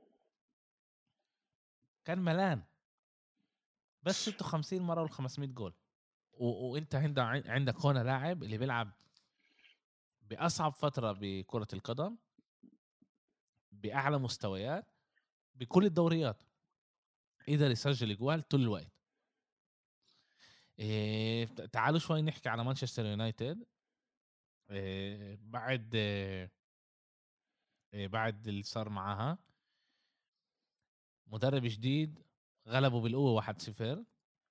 كان ملان بس ستة وخمسين مرة والخمسمية جول. و... وانت عندك عندك هنا لاعب اللي بيلعب بأصعب فترة بكرة القدم بأعلى مستويات بكل الدوريات، قدر يسجل جوال طول الوقت. إيه... تعالوا شوي نحكي على مانشستر يونايتد. إيه... بعد إيه... بعد اللي صار معاها مدرب جديد، غلبوا بالقوة واحد صفر.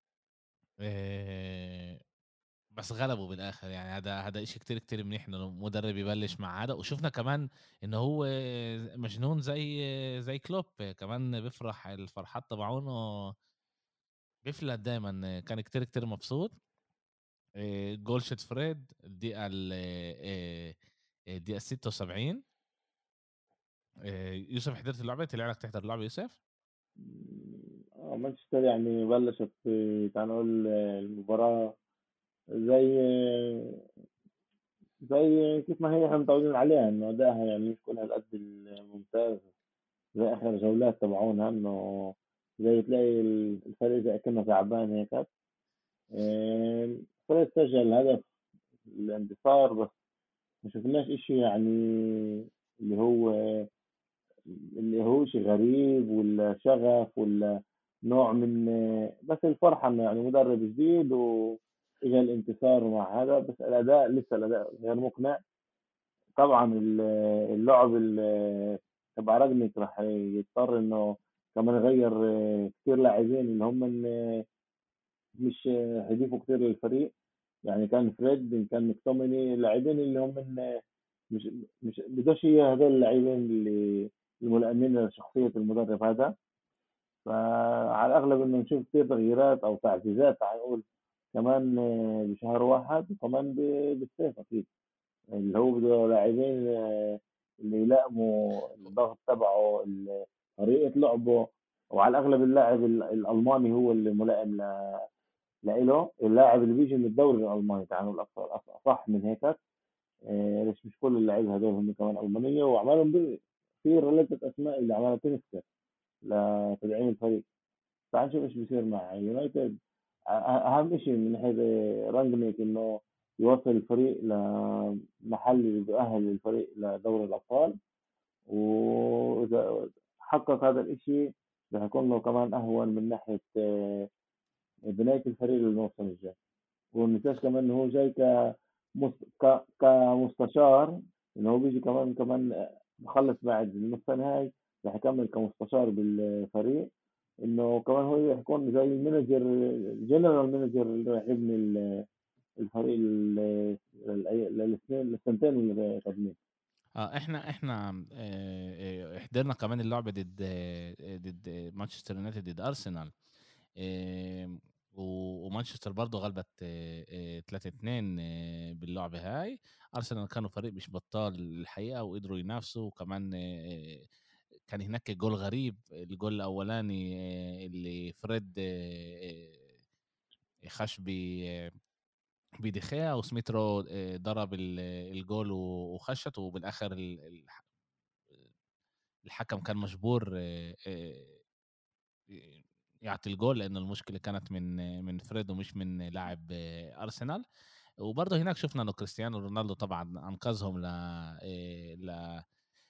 إيه... بس غلبوا بالاخر. يعني هذا هذا شيء كتير كتير منيح انه مدرب يبلش مع هذا. وشفنا كمان انه هو مجنون زي زي كلوب، كمان بيفرح الفرحات تبعونه بيفلت دائما. كان كتير كتير مبسوط. جول شوت فريد الدقيقة الدقيقة ستة وسبعين. يوسف حضرت اللعبة؟ طلع لك تحضر اللعبة يوسف؟ اه مانشستر يعني بلشت في- تعال نقول المباراة زي زي كيف ما هي احنا متعودين عليها، انه ادائها يعني مش كل هالقد الممتاز زي اخر جولات تبعونها، انه زي تلاقي الفريق زي كأنه تعبان هيك. آه، فريق سجل هدف الانتصار بس ما شفناش اشي يعني اللي هو اللي هو شيء غريب ولا شغف ولا نوع من، بس الفرحة انه يعني مدرب جديد واجى الانتصار مع هذا. بس الاداء لسه الاداء غير مقنع. طبعا ال- اللعب ال- تبع راجنيك راح يضطر انه كمان يغير كثير لاعبين اللي هم ال- مش هيضيفوا كثير للفريق. يعني كان فريد، كان مكتوميني، اللاعبين اللي هم ال- مش مش بدوش هي هذول اللاعبين اللي الملائمين لشخصية المدرب هذا. فعلى الأغلب إنه نشوف كثير تغييرات أو تعزيزات تعال نقول كمان بشهر واحد وكمان ب- بالصيف أكيد، اللي هو بده لاعبين آه، اللي يلائموا الضغط تبعه ال- طريقة لعبه. وعلى الأغلب اللاعب ال- الألماني هو اللي ملائم ل- لإله، اللاعب اللي بيجي من الدوري الألماني تعالوا الأكثر أص- أصح من هيك. آه، بس مش كل اللعيبة هذول هم كمان ألمانية، وعمالهم بي- في ريليتد أسماء اللي عمالها تنسى لتدعيم الفريق. تعال نشوف ايش بيصير مع يونايتد. أ- اهم شيء من ناحيه رانجنيك انه يوصل الفريق لمحل اللي بيأهل الفريق لدوري الابطال، واذا حقق هذا الاشي رح يكون له كمان اهون من ناحيه آه، بنايه الفريق للموسم الجاي. وننساش كمان انه هو جاي كمس- ك- كمستشار، انه هو بيجي كمان كمان بخلص بعد النص النهائي رح يكمل كمستشار بالفريق. انه كمان هو رح يكون زي المانجر، جنرال مانجر اللي راح يبني ال- الفريق لل- للأي- للسنين للسنتين اللي قادمين. اه احنا احنا اه اه حضرنا كمان اللعبة ضد اه ضد مانشستر يونايتد ضد ارسنال. اه و- ومانشستر برضو غلبت اه اه ثلاثة اثنين اه باللعبة هاي. ارسنال كانوا فريق مش بطال الحقيقة وقدروا ينافسوا. وكمان اه كان هناك جول غريب، الجول الاولاني اه اللي فريد اه اه خش ب بدخيا وسميثرو اه ضرب ال- الجول وخشت. وبالاخر ال- الح- الحكم كان مجبور آه، آه، يعطي الجول، لأن المشكلة كانت من من فريد ومش من لاعب آه، أرسنال. وبرضه هناك شفنا إنه كريستيانو رونالدو طبعا أنقذهم ل آه، ل آه،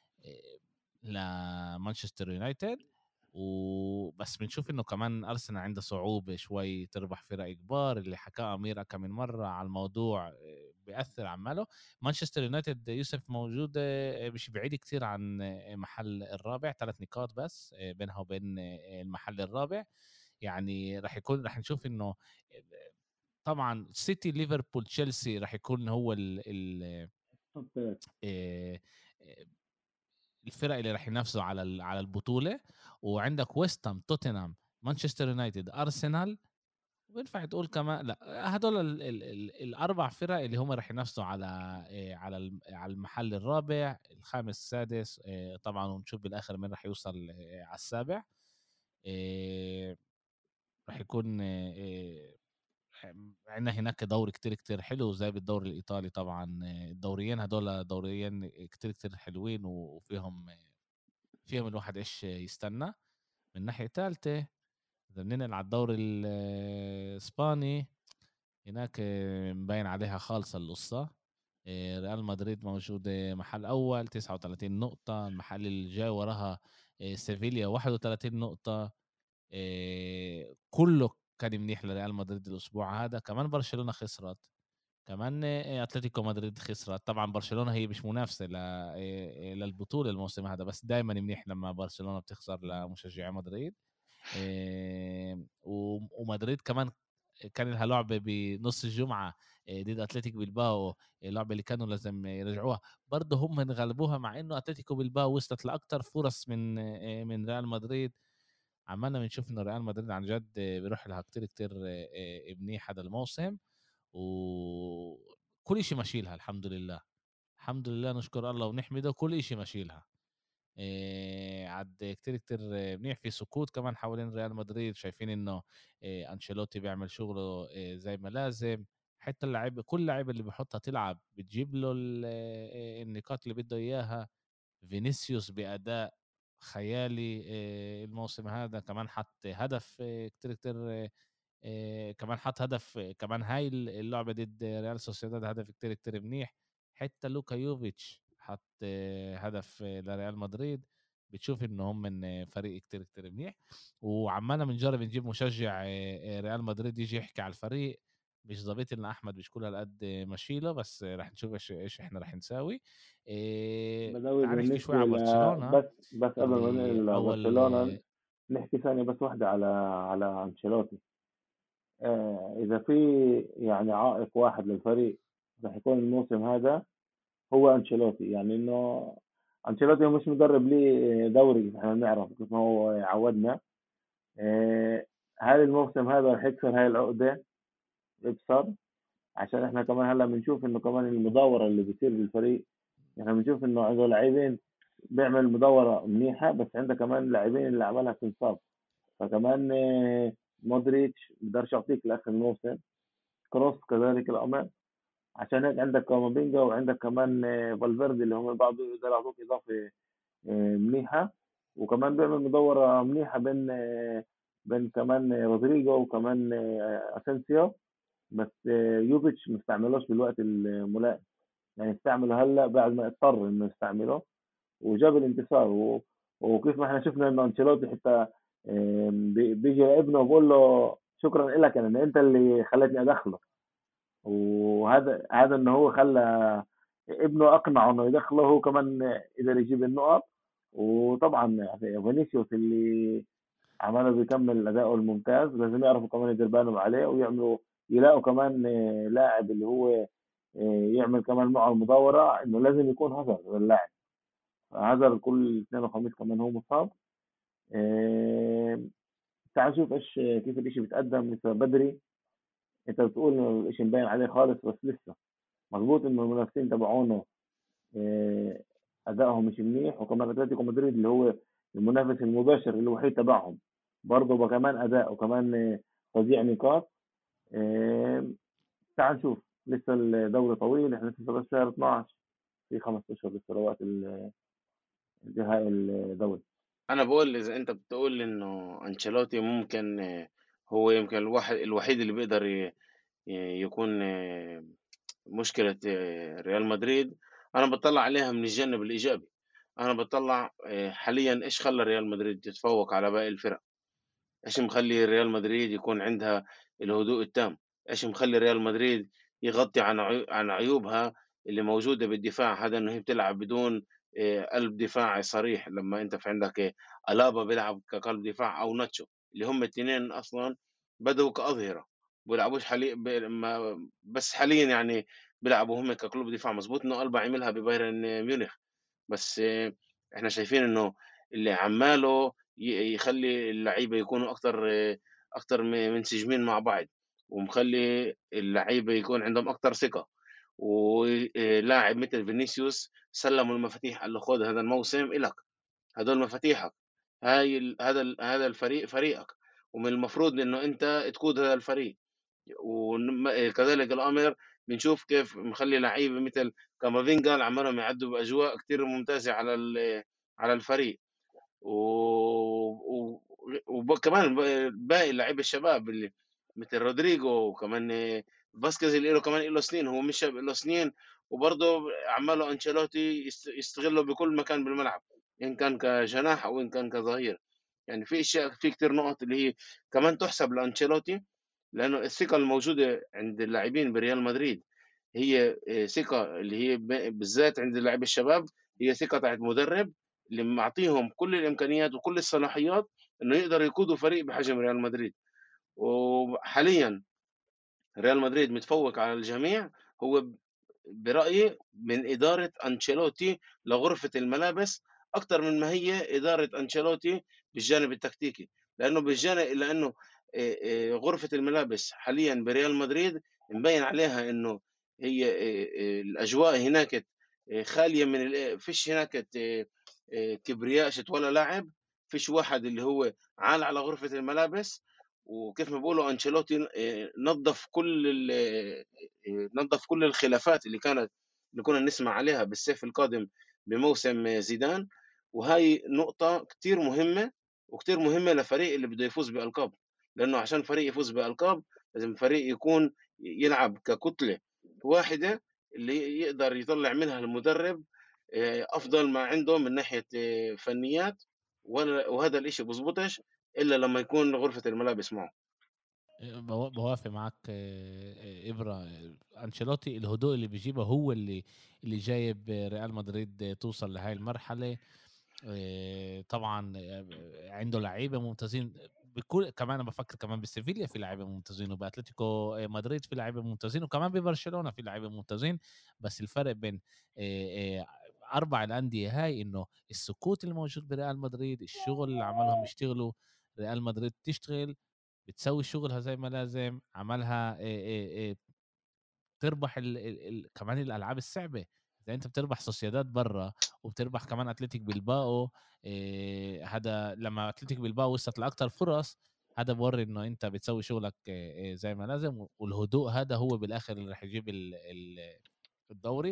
لمانشستر يونايتد. وبس بنشوف انه كمان ارسنال عنده صعوبه شوي تربح فرق كبار، اللي حكاه امير كم من مره على الموضوع آه، بياثر عماله. مانشستر يونايتد يوسف موجود آه، مش بعيد كتير عن آه، محل الرابع، ثلاث نقاط بس آه، بينها وبين آه، المحل الرابع. يعني راح يكون راح نشوف انه آه، طبعا سيتي ليفربول تشيلسي راح يكون هو ال ال آه، آه، الفرق اللي راح ينافسوا على ال- على البطوله. وعندك ويستام، توتنهام، مانشستر يونايتد، ارسنال، وينفع تقول كمان لا، هدول ال ال ال الاربع فرق اللي هم راح ينافسوا على إيه، على الم- على المحل الرابع الخامس السادس إيه، طبعا. ونشوف بالاخر مين راح يوصل إيه، على السابع. إيه، راح يكون إيه، عندنا هناك دوري كتير كتير حلو زي بالدوري الإيطالي طبعًا، الدوريين هدول دوريين كتير كتير حلوين وفيهم فيهم الواحد إيش يستنى. من ناحية تالتة إذا بننقل على الدوري الإسباني هناك مبين عليها خالصة القصة. آآ ريال مدريد موجودة محل أول تسعة وتلاتين نقطة، المحل اللي جاي وراها آآ سيفيليا واحد وتلاتين نقطة. آآ كُلّه كان منيح لريال مدريد الأسبوع هذا، كمان برشلونة خسرت، كمان آآ أتلتيكو مدريد خسرت. طبعًا برشلونة هي مش منافسة ل آآ للبطولة الموسم هذا، بس دايمًا منيح لمّا برشلونة بتخسر لمشجعي مدريد. آآ و ومدريد كمان كان لها لعبة بنُص الجمعة آآ ضد أتلتيك بلباو، اللعبة اللي كانوا لازم يرجعوها، برضه هم انغلبوها مع إنه أتلتيكو بلباو وصلت لأكتر فرص من آآ من ريال مدريد. عمّالنا بنشوف إنه ريال مدريد عن جد بيروح لها كتير كتير آآ منيح هذا الموسم، وكل إشي ماشي لها الحمد لله. الحمد لله نشكر الله ونحمده كل إشي ماشي لها. آآ عاد كتير كتير منيح، في سكوت كمان حوالين ريال مدريد، شايفين إنه آآ أنشيلوتي بيعمل شغله آآ زي ما لازم، حتى اللعيبة كل لاعب اللي بيحطها تلعب بتجيب له ال آآ النقاط اللي بده إياها. فينيسيوس بأداء خيالي آآ الموسم هذا، كمان حط هدف آه، كتير كتير آآ كمان حط هدف آه، كمان هاي ال اللعبة ضد ريال سوسيداد هدف كتير كتير منيح. حتى لوكا يوفيتش حط آه، هدف آه، لريال مدريد. بتشوف إنه هم من فريق كتير كتير منيح، وعمالنا بنجرب نجيب مشجع آآ آآ ريال مدريد ييجي يحكي على الفريق. مش ضابط لنا أحمد مش كل هالقد ماشي له، بس رح نشوف إيش إيش إحنا رح نساوي. آآ بدوي تعال نحكي شوي بالنسبة على ل برشلونة بس بس قبل ما اللي ننقل أول لبرشلونة، نحكي ثانية بس واحدة على على أنشيلوتي. آه، إذا في يعني عائق واحد للفريق راح يكون الموسم هذا هو أنشيلوتي، يعني إنه أنشيلوتي هو مش مدرب ليه دوري، إحنا بنعرف كيف ما هو عودنا. آه، هل الموسم هذا راح يكسر هاي العقدة؟ يكسر، عشان إحنا كمان هلا بنشوف إنه كمان المداورة اللي بتصير بالفريق، إحنا بنشوف إنه عنده لاعبين بيعمل مداورة منيحة، بس عنده كمان لاعبين اللي عملها تنصاب. فكمان آه، مودريتش بقدرش يعطيك لآخر الموسم، كروس كذلك الأمر. عشان هيك عندك كامافينجا وعندك كمان آه، فالفيردي اللي هم بعض يقدر يعطوك إضافة آه، منيحة. وكمان بيعمل مدورة منيحة بين آه، بين كمان آه، رودريجو وكمان آه، أسensيو. بس آه، يوفيتش ما استعملوش بالوقت الملائم، يعني استعمله هلا بعد ما اضطر انه يستعمله وجاب الانتصار و... وكيف ما احنا شفنا انه انشيلوتي حتى آم، بي- بيجي لابنه وبقول له شكرا لك، يعني انت اللي خلتني ادخله. وهذا هذا انه هو خلى ابنه اقنعه انه يدخله، هو كمان قدر يجيب النقط. وطبعا يعني فينيسيوس اللي عماله بيكمل اداؤه الممتاز، لازم يعرفوا كمان يدير بالهم عليه ويعملوا يلاقوا كمان آه، لاعب اللي هو آه، يعمل كمان معه المداورة، انه لازم يكون هازارد اللاعب. هازارد كل اثنين وخميس كمان هو مصاب. آه، تعال نشوف ايش كيف الاشي بيتقدم، لسه بدري. انت بتقول انه الاشي مبين عليه خالص، بس لسه مظبوط انه المنافسين تبعونه آه، ادائهم مش منيح، وكمان اتلتيكو مدريد اللي هو المنافس المباشر الوحيد تبعهم برضه كمان اداء وكمان آه، تضييع نقاط. آه، تعال نشوف، لسه الدوري طويل، احنا لسه بس شهر اتناشر، في خمس اشهر لسه لوقت ال- انتهاء الدوري. انا بقول اذا انت بتقول انه انشيلوتي ممكن آه، هو يمكن الواحد الوحيد اللي بيقدر ي- ي- يكون آه، مشكلة آه، ريال مدريد. انا بطلع عليها من الجانب الايجابي. انا بطلع آه، حاليا ايش خلى ريال مدريد تتفوق على باقي الفرق. ايش مخلي ريال مدريد يكون عندها الهدوء التام. ايش مخلي ريال مدريد يغطي عن عيو- عن عيوبها اللي موجودة بالدفاع، هذا انه هي بتلعب بدون آه، قلب دفاع صريح. لما انت في عندك آه، ألابا بيلعب كقلب دفاع او ناتشو، اللي هم الاثنين اصلا بدأوا كأظهرة، بيلعبوش حاليا بس حاليا يعني بيلعبوا هم كقلوب دفاع. مظبوط انه ألبا عملها ببايرن ميونخ، بس آه، احنا شايفين انه اللي عماله ي- يخلي اللعيبه يكونوا اكتر آه، اكتر م- منسجمين مع بعض، ومخلي اللعيبه يكون عندهم اكتر ثقه. ولاعب مثل فينيسيوس سلموا المفاتيح، قال له خذ هذا الموسم إلك، هدول مفاتيحك، هاي ال- هذا ال- هذا الفريق فريقك، ومن المفروض انه انت تقود هذا الفريق. وكذلك الأمر بنشوف كيف مخلي لعيبة مثل كامافينجا عمالهم يعدوا بأجواء كتير ممتازة على على الفريق، و... وكمان باقي اللعيبه الشباب اللي مثل رودريجو، وكمان فاسكيز اللي له كمان له سنين، هو مش شاب له سنين، وبرضه عماله انشيلوتي يستغله بكل مكان بالملعب، ان كان كجناح او ان كان كظهير. يعني في اشياء، في كتير نقط اللي هي كمان تحسب لانشيلوتي، لانه الثقه الموجوده عند اللاعبين بريال مدريد هي ثقه اللي هي بالذات عند اللاعبين الشباب، هي ثقه تاعت مدرب اللي معطيهم كل الامكانيات وكل الصلاحيات انه يقدروا يقودوا فريق بحجم ريال مدريد. وحاليا ريال مدريد متفوق على الجميع، هو برأيي من إدارة أنشيلوتي لغرفة الملابس أكثر من ما هي إدارة أنشيلوتي بالجانب التكتيكي، لأنه بالجانب لأنه آه، آه، غرفة الملابس حاليا بريال مدريد مبين عليها إنه هي آه، آه، الأجواء هناك آه، خالية من ال- فيش هناك آه، آه، كبرياء شت ولا لاعب، فيش واحد اللي هو عال على غرفة الملابس. وكيف ما بيقولوا أنشيلوتي آه، نظف كل ال- آه، نظف كل الخلافات اللي كانت اللي كنا نسمع عليها بالصيف القادم بموسم زيدان. وهاي نقطة كتير مهمة، وكتير مهمة لفريق اللي بده يفوز بألقاب، لأنه عشان فريق يفوز بألقاب لازم فريق يكون يلعب ككتلة واحدة، اللي يقدر يطلع منها المدرب آه، أفضل ما عنده من ناحية آه، فنيات. ولا- وهذا الإشي بزبطش إلا لما يكون غرفة الملابس معه. بوا- بوافق معاك آه، آه، إبرة. آه، أنشيلوتي الهدوء اللي بيجيبه هو اللي اللي جايب ريال مدريد توصل لهاي المرحلة. آه، طبعا آه، عنده لعيبة ممتازين بكل، كمان أنا بفكر كمان بسيفيليا في لعيبة ممتازين، وبأتلتيكو آه، مدريد في لعيبة ممتازين، وكمان ببرشلونة في لعيبة ممتازين. بس الفرق بين آه، آه، أربع الأندية هاي إنه السكوت الموجود بريال مدريد، الشغل اللي عملهم يشتغلوا. ريال مدريد تشتغل، بتسوي شغلها زي ما لازم عملها إيه إيه إيه تربح ال ال ال كمان الالعاب الصعبه. زي انت بتربح سوسيداد برا، وبتربح كمان اتلتيك بالباو. إيه هذا لما اتلتيك بالباو وصلت لاكثر فرص، هذا بوري انه انت بتسوي شغلك إيه إيه زي ما لازم. والهدوء هذا هو بالاخر اللي راح يجيب ال ال الدوري.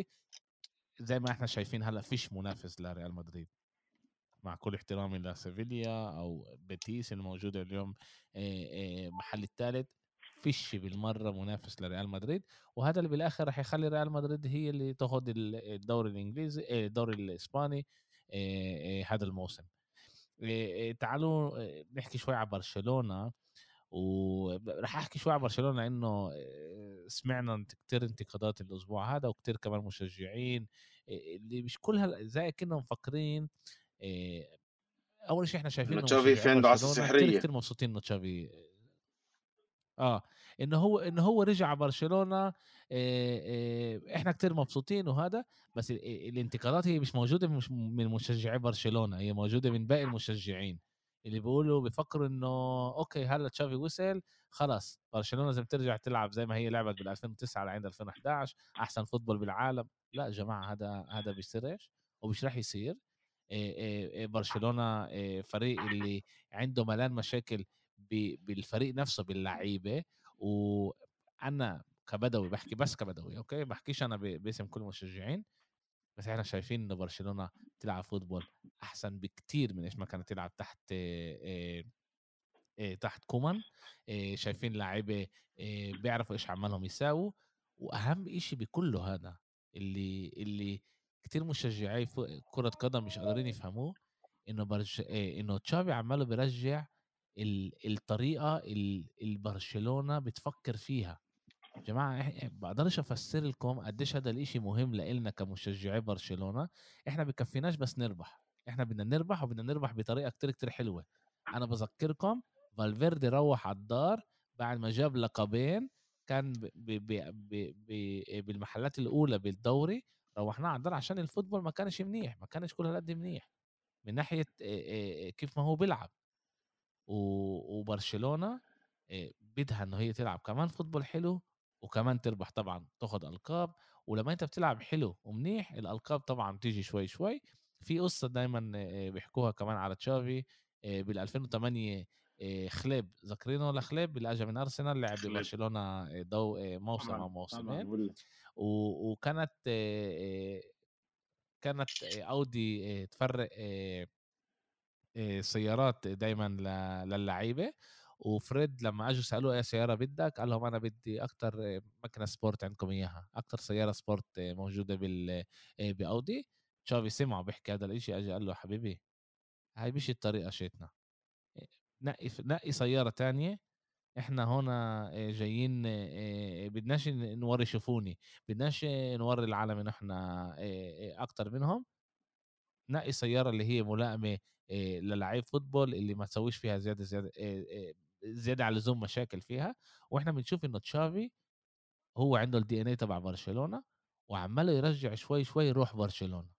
زي ما احنا شايفين هلا فيش منافس لريال مدريد، مع كل احترامي لسيفيليا او بيتيس الموجوده اليوم آه، آه، محل الثالث. فيش بالمره منافس لريال مدريد، وهذا اللي بالاخر راح يخلي ريال مدريد هي اللي تاخذ الدوري الانجليزي آه، الدوري الاسباني آه، آه، هذا الموسم. آه، آه، تعالوا آه، نحكي شوي على برشلونه. وراح احكي شوي على برشلونه لانه آه، سمعنا انت كتير انتقادات الاسبوع هذا، وكتير كمان مشجعين آه، اللي مش كلها زي كنا مفكرين. آه، اول شيء احنا شايفين إنه انه تشافي في مشجعين عنده عصا برشلونه كتير سحرية. كتير مبسوطين انه تشافي اه انه هو انه هو رجع على برشلونه. آه آه احنا كتير مبسوطين وهذا. بس ال- ال- الانتقادات هي مش موجوده مش من مشجعي برشلونه، هي موجوده من باقي المشجعين اللي بيقولوا بيفكروا انه اوكي هلا تشافي وصل، خلاص برشلونه لازم ترجع تلعب زي ما هي لعبت بال ألفين وتسعة لعند ألفين وأحد عشر، احسن فوتبول بالعالم. لا يا جماعه، هذا هذا بيصيرش ومش راح يصير. آه، آه، آه، برشلونه آه، فريق اللي عنده ملان مشاكل ب- بالفريق نفسه باللعيبه. وانا كبدوي بحكي بس كبدوي، اوكي بحكيش انا ب- باسم كل المشجعين. بس احنا شايفين ان برشلونة تلعب فوتبول احسن بكتير من ايش ما كانت تلعب تحت إيه إيه تحت كومان. إيه شايفين لعيبه إيه بيعرفوا ايش عمالهم يساووا. واهم اشي بكله هذا اللي اللي كتير مشجعي ف- كرة قدم مش قادرين يفهموه، انه برج... إيه انه تشافي عماله بيرجع ال... الطريقة ال- البرشلونة بتفكر فيها. جماعة إح- بقدرش افسر لكم قديش هذا الاشي مهم لإلنا كمشجعي برشلونة. احنا بكفيناش بس نربح، احنا بدنا نربح وبدنا نربح بطريقة كتير كتير حلوة. انا بذكركم فالفيردي روح على الدار بعد ما جاب لقبين، كان ب ب ب ب ب بالمحلات الاولى بالدوري. روحنا على الدار عشان الفوتبول ما كانش منيح، ما كانش كل هالقد منيح من ناحية إيه إيه كيف ما هو بيلعب. و- وبرشلونة آه، بدها انه هي تلعب كمان فوتبول حلو، وكمان تربح طبعا تاخد القاب. ولما انت بتلعب حلو ومنيح الالقاب طبعا بتيجي شوي شوي. في قصة دايما آه، بيحكوها كمان على تشافي بال ألفين وثمانية إيه خليب ذاكرينه لخليب اللي اجى من ارسنال لعب خليب. ببرشلونه إيه، دو إيه، موسم طبعا او طبعا موسمين ولا و- وكانت إيه، إيه، كانت إيه، اودي إيه، تفرق إيه، إيه، سيارات دايما ل- للعيبه. وفريد لما اجوا سالوه ايه سياره بدك قال لهم انا بدي اكتر إيه، مكنه سبورت عندكم اياها اكتر سياره سبورت إيه، موجوده بال إيه، باودي. تشافي سمعه بيحكي هذا الاشي اجى قال له حبيبي هاي مش الطريقه شيتنا، نقي نقي سياره تانية. احنا هنا آه، جايين آه، آه، بدناش ن- نوري شوفوني، بدناش آه، نوري العالم ان احنا آه، آه، اكتر منهم. نقي سيارة اللي هي ملائمة آه، للعيب فوتبول اللي ما تسويش فيها زيادة زيادة آه، آه، زيادة على اللزوم مشاكل فيها. واحنا بنشوف انه تشافي هو عنده الدي ان اي تبع برشلونة وعماله يرجع شوي شوي روح برشلونة.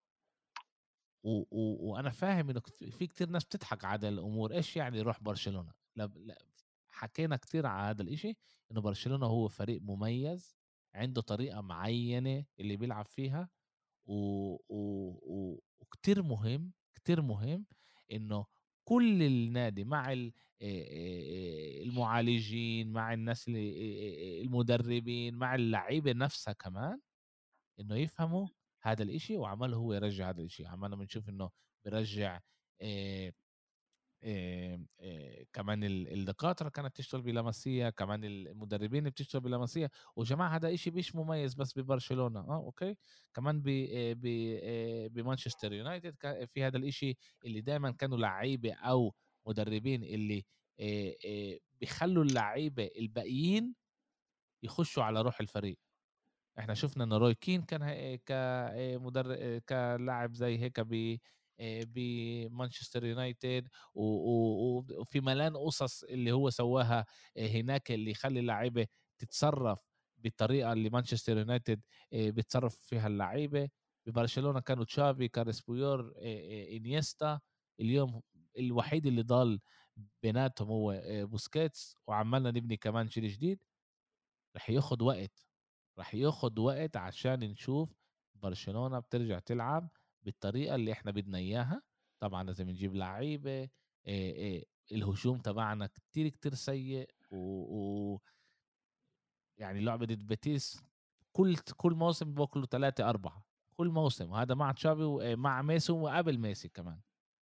و و وانا فاهم انه كت- في كتير ناس بتضحك على هذه الامور، ايش يعني يروح برشلونة؟ لا لا، حكينا كتير على هذا الاشي انه برشلونة هو فريق مميز عنده طريقة معينة اللي بيلعب فيها. و... و... و... وكتير مهم كتير مهم انه كل النادي مع ال- آه، آه، المعالجين مع الناس اللي آه، آه، المدربين مع اللعيبة نفسها كمان انه يفهموا هذا الاشي. وعمله هو يرجع هذا الاشي، عمالنا بنشوف انه بيرجع آه، آه، آه، كمان ال- الدكاترة كانت تشتغل بلاماسيا، كمان المدربين بتشتغل بلاماسيا. وجماعة هذا إشي مش مميز بس ببرشلونة اه اوكي، كمان ب آه، ب آه، بمانشستر يونايتد كا- في هذا الإشي اللي دائما كانوا لعيبة او مدربين اللي آه، آه، بيخلوا اللعيبة الباقيين يخشوا على روح الفريق. احنا شفنا ان روي كين كان هي- كمدرب كلاعب زي هيك ب بمانشستر يونايتد و- و- وفي ملان قصص اللي هو سواها هناك اللي يخلي اللعيبه تتصرف بالطريقه اللي مانشستر يونايتد بتصرف فيها اللعيبه. ببرشلونه كانوا تشافي كاريس بويور انيستا. اليوم الوحيد اللي ضل بيناتهم هو بوسكيتس وعمالنا نبني كمان شيء جديد. رح ياخد وقت رح ياخد وقت عشان نشوف برشلونة بترجع تلعب بالطريقة اللي احنا بدنا اياها. طبعا لازم نجيب لعيبة إيه إيه الهجوم تبعنا كتير كتير سيء و... و... يعني لعبة ضد بيتيس كل كل موسم بوكلوا ثلاثة أربعة كل موسم، وهذا مع تشافي ومع ميسي وقبل ميسي كمان.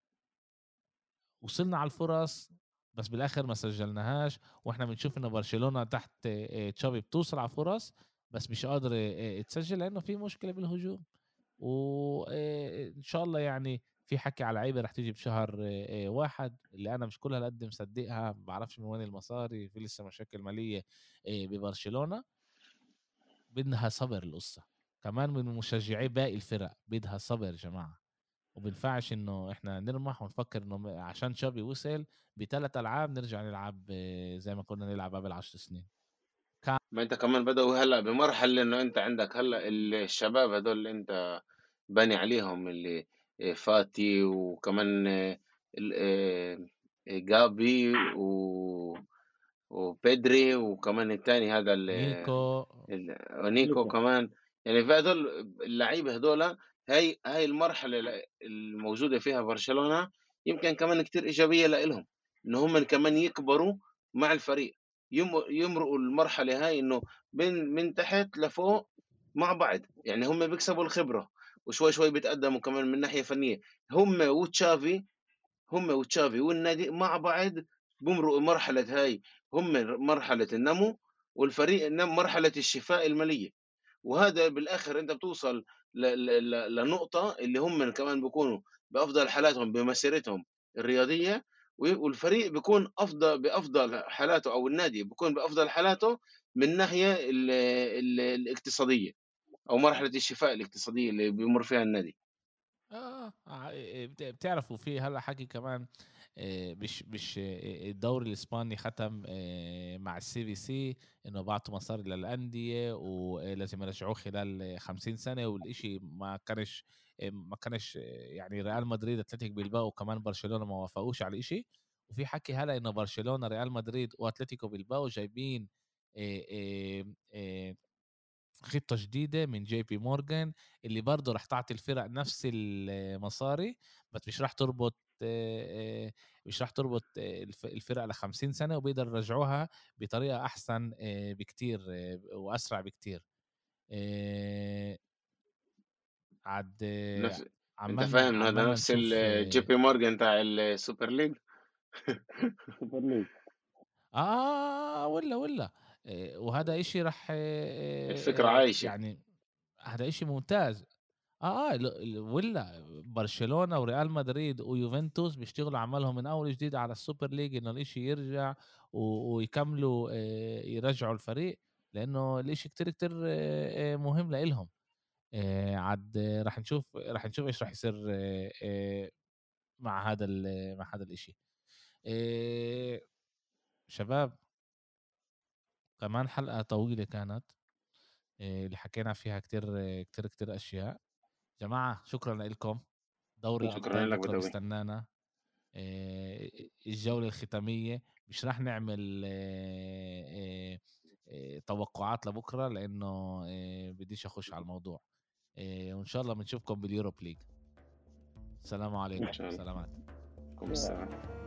وصلنا على الفرص بس بالاخر ما سجلناهاش. واحنا بنشوف انه برشلونة تحت آه، تشافي بتوصل على فرص بس مش قادر آه، تسجل لانه في مشكلة بالهجوم. وان شاء الله يعني في حكي على لعيبه رح تيجي بشهر آه، آه، واحد اللي انا مش كل هالقد مصدقها، ما بعرفش من وين المصاري، في لسه مشاكل ماليه آه، ببرشلونه. بدها صبر القصه كمان من مشجعي باقي الفرق، بدها صبر يا جماعه. وبنفعش انه احنا نرمح ونفكر انه عشان شابي وصل بثلاث العاب نرجع نلعب آه، زي ما كنا نلعب قبل عشر سنين. ما انت كمان بدأوا هلا بمرحلة انه انت عندك هلا الشباب هدول اللي انت باني عليهم اللي إيه، فاتي وكمان إيه، ال- إيه، إيه، جابي و وبيدري وكمان التاني هذا ال- نيكو ال- نيكو نيكو كمان. يعني في هذول اللعيبه هذول، هاي هاي المرحله ال- الموجوده فيها برشلونه يمكن كمان كتير ايجابيه لإلهم، ان هم كمان يكبروا مع الفريق، يم- يمرقوا المرحله هاي انه من من تحت لفوق مع بعض. يعني هم بيكسبوا الخبره وشوي شوي بيتقدموا كمان من ناحيه فنيه. هم وتشافي هم وتشافي والنادي مع بعض بمرقوا مرحلة هاي، هم مرحلة النمو والفريق النم مرحلة الشفاء المالية. وهذا بالآخر أنت بتوصل ل ل ل لنقطة اللي هم كمان بيكونوا بأفضل حالاتهم بمسيرتهم الرياضية، و والفريق بيكون أفضل بأفضل حالاته، أو النادي بيكون بأفضل حالاته من الناحية ال ال الاقتصادية، أو مرحلة الشفاء الاقتصادية اللي بيمر فيها النادي. اه ع- بت- بتعرفوا في هلا حكي كمان آه، مش مش آه، الدوري الاسباني ختم آه، مع السي في سي انه بعطوا مصاري للانديه ولازم يرجعوه خلال خمسين سنه، والاشي ما كانش آه، ما كانش آه، يعني ريال مدريد اتلتيك بيلباو وكمان برشلونه ما وافقوش على الاشي. وفي حكي هلا انه برشلونه ريال مدريد واتلتيكو بيلباو جايبين آه، آه، آه، خطة جديدة من جي بي مورغان اللي برضه رح تعطي الفرق نفس المصاري بس مش رح تربط آه، آه، مش راح تربط الفرقة لخمسين سنة، وبيقدر يرجعوها بطريقة أحسن بكتير وأسرع بكتير. عاد نفس انت عمالنا فاهم إنه هذا عمالنا نفس نشوف الجي بي مورجان تاع السوبر ليج. سوبر ليج آه ولا ولا إيه، وهذا إشي راح إيه، الفكرة إيه، عايشة. يعني هذا إشي ممتاز. اه اه ال- ال- ولا برشلونة وريال مدريد ويوفنتوس بيشتغلوا عملهم من اول جديد على السوبر ليج، انه الاشي يرجع و- ويكملوا آه، يرجعوا الفريق، لانه الاشي كتير كتير آه، آه، مهم لإلهم. آه، عاد آه، راح نشوف راح نشوف ايش راح يصير آه، آه، مع هذا ال- مع هذا الاشي. آه، شباب، كمان حلقة طويلة كانت، آه، اللي حكينا فيها كتير آه، كتير كتير اشياء. جماعة شكرا لكم. دوري شكرا الابطال لك بكره بدوي. بيستنانا. آه، الجولة الختامية مش راح نعمل آه، آه، آه، توقعات لبكرة، لأنه آه، بديش أخش على الموضوع. آه، وإن شاء الله بنشوفكم باليوروب ليج. السلام إن عليكم. شاء الله. سلامات. عليكم السلام.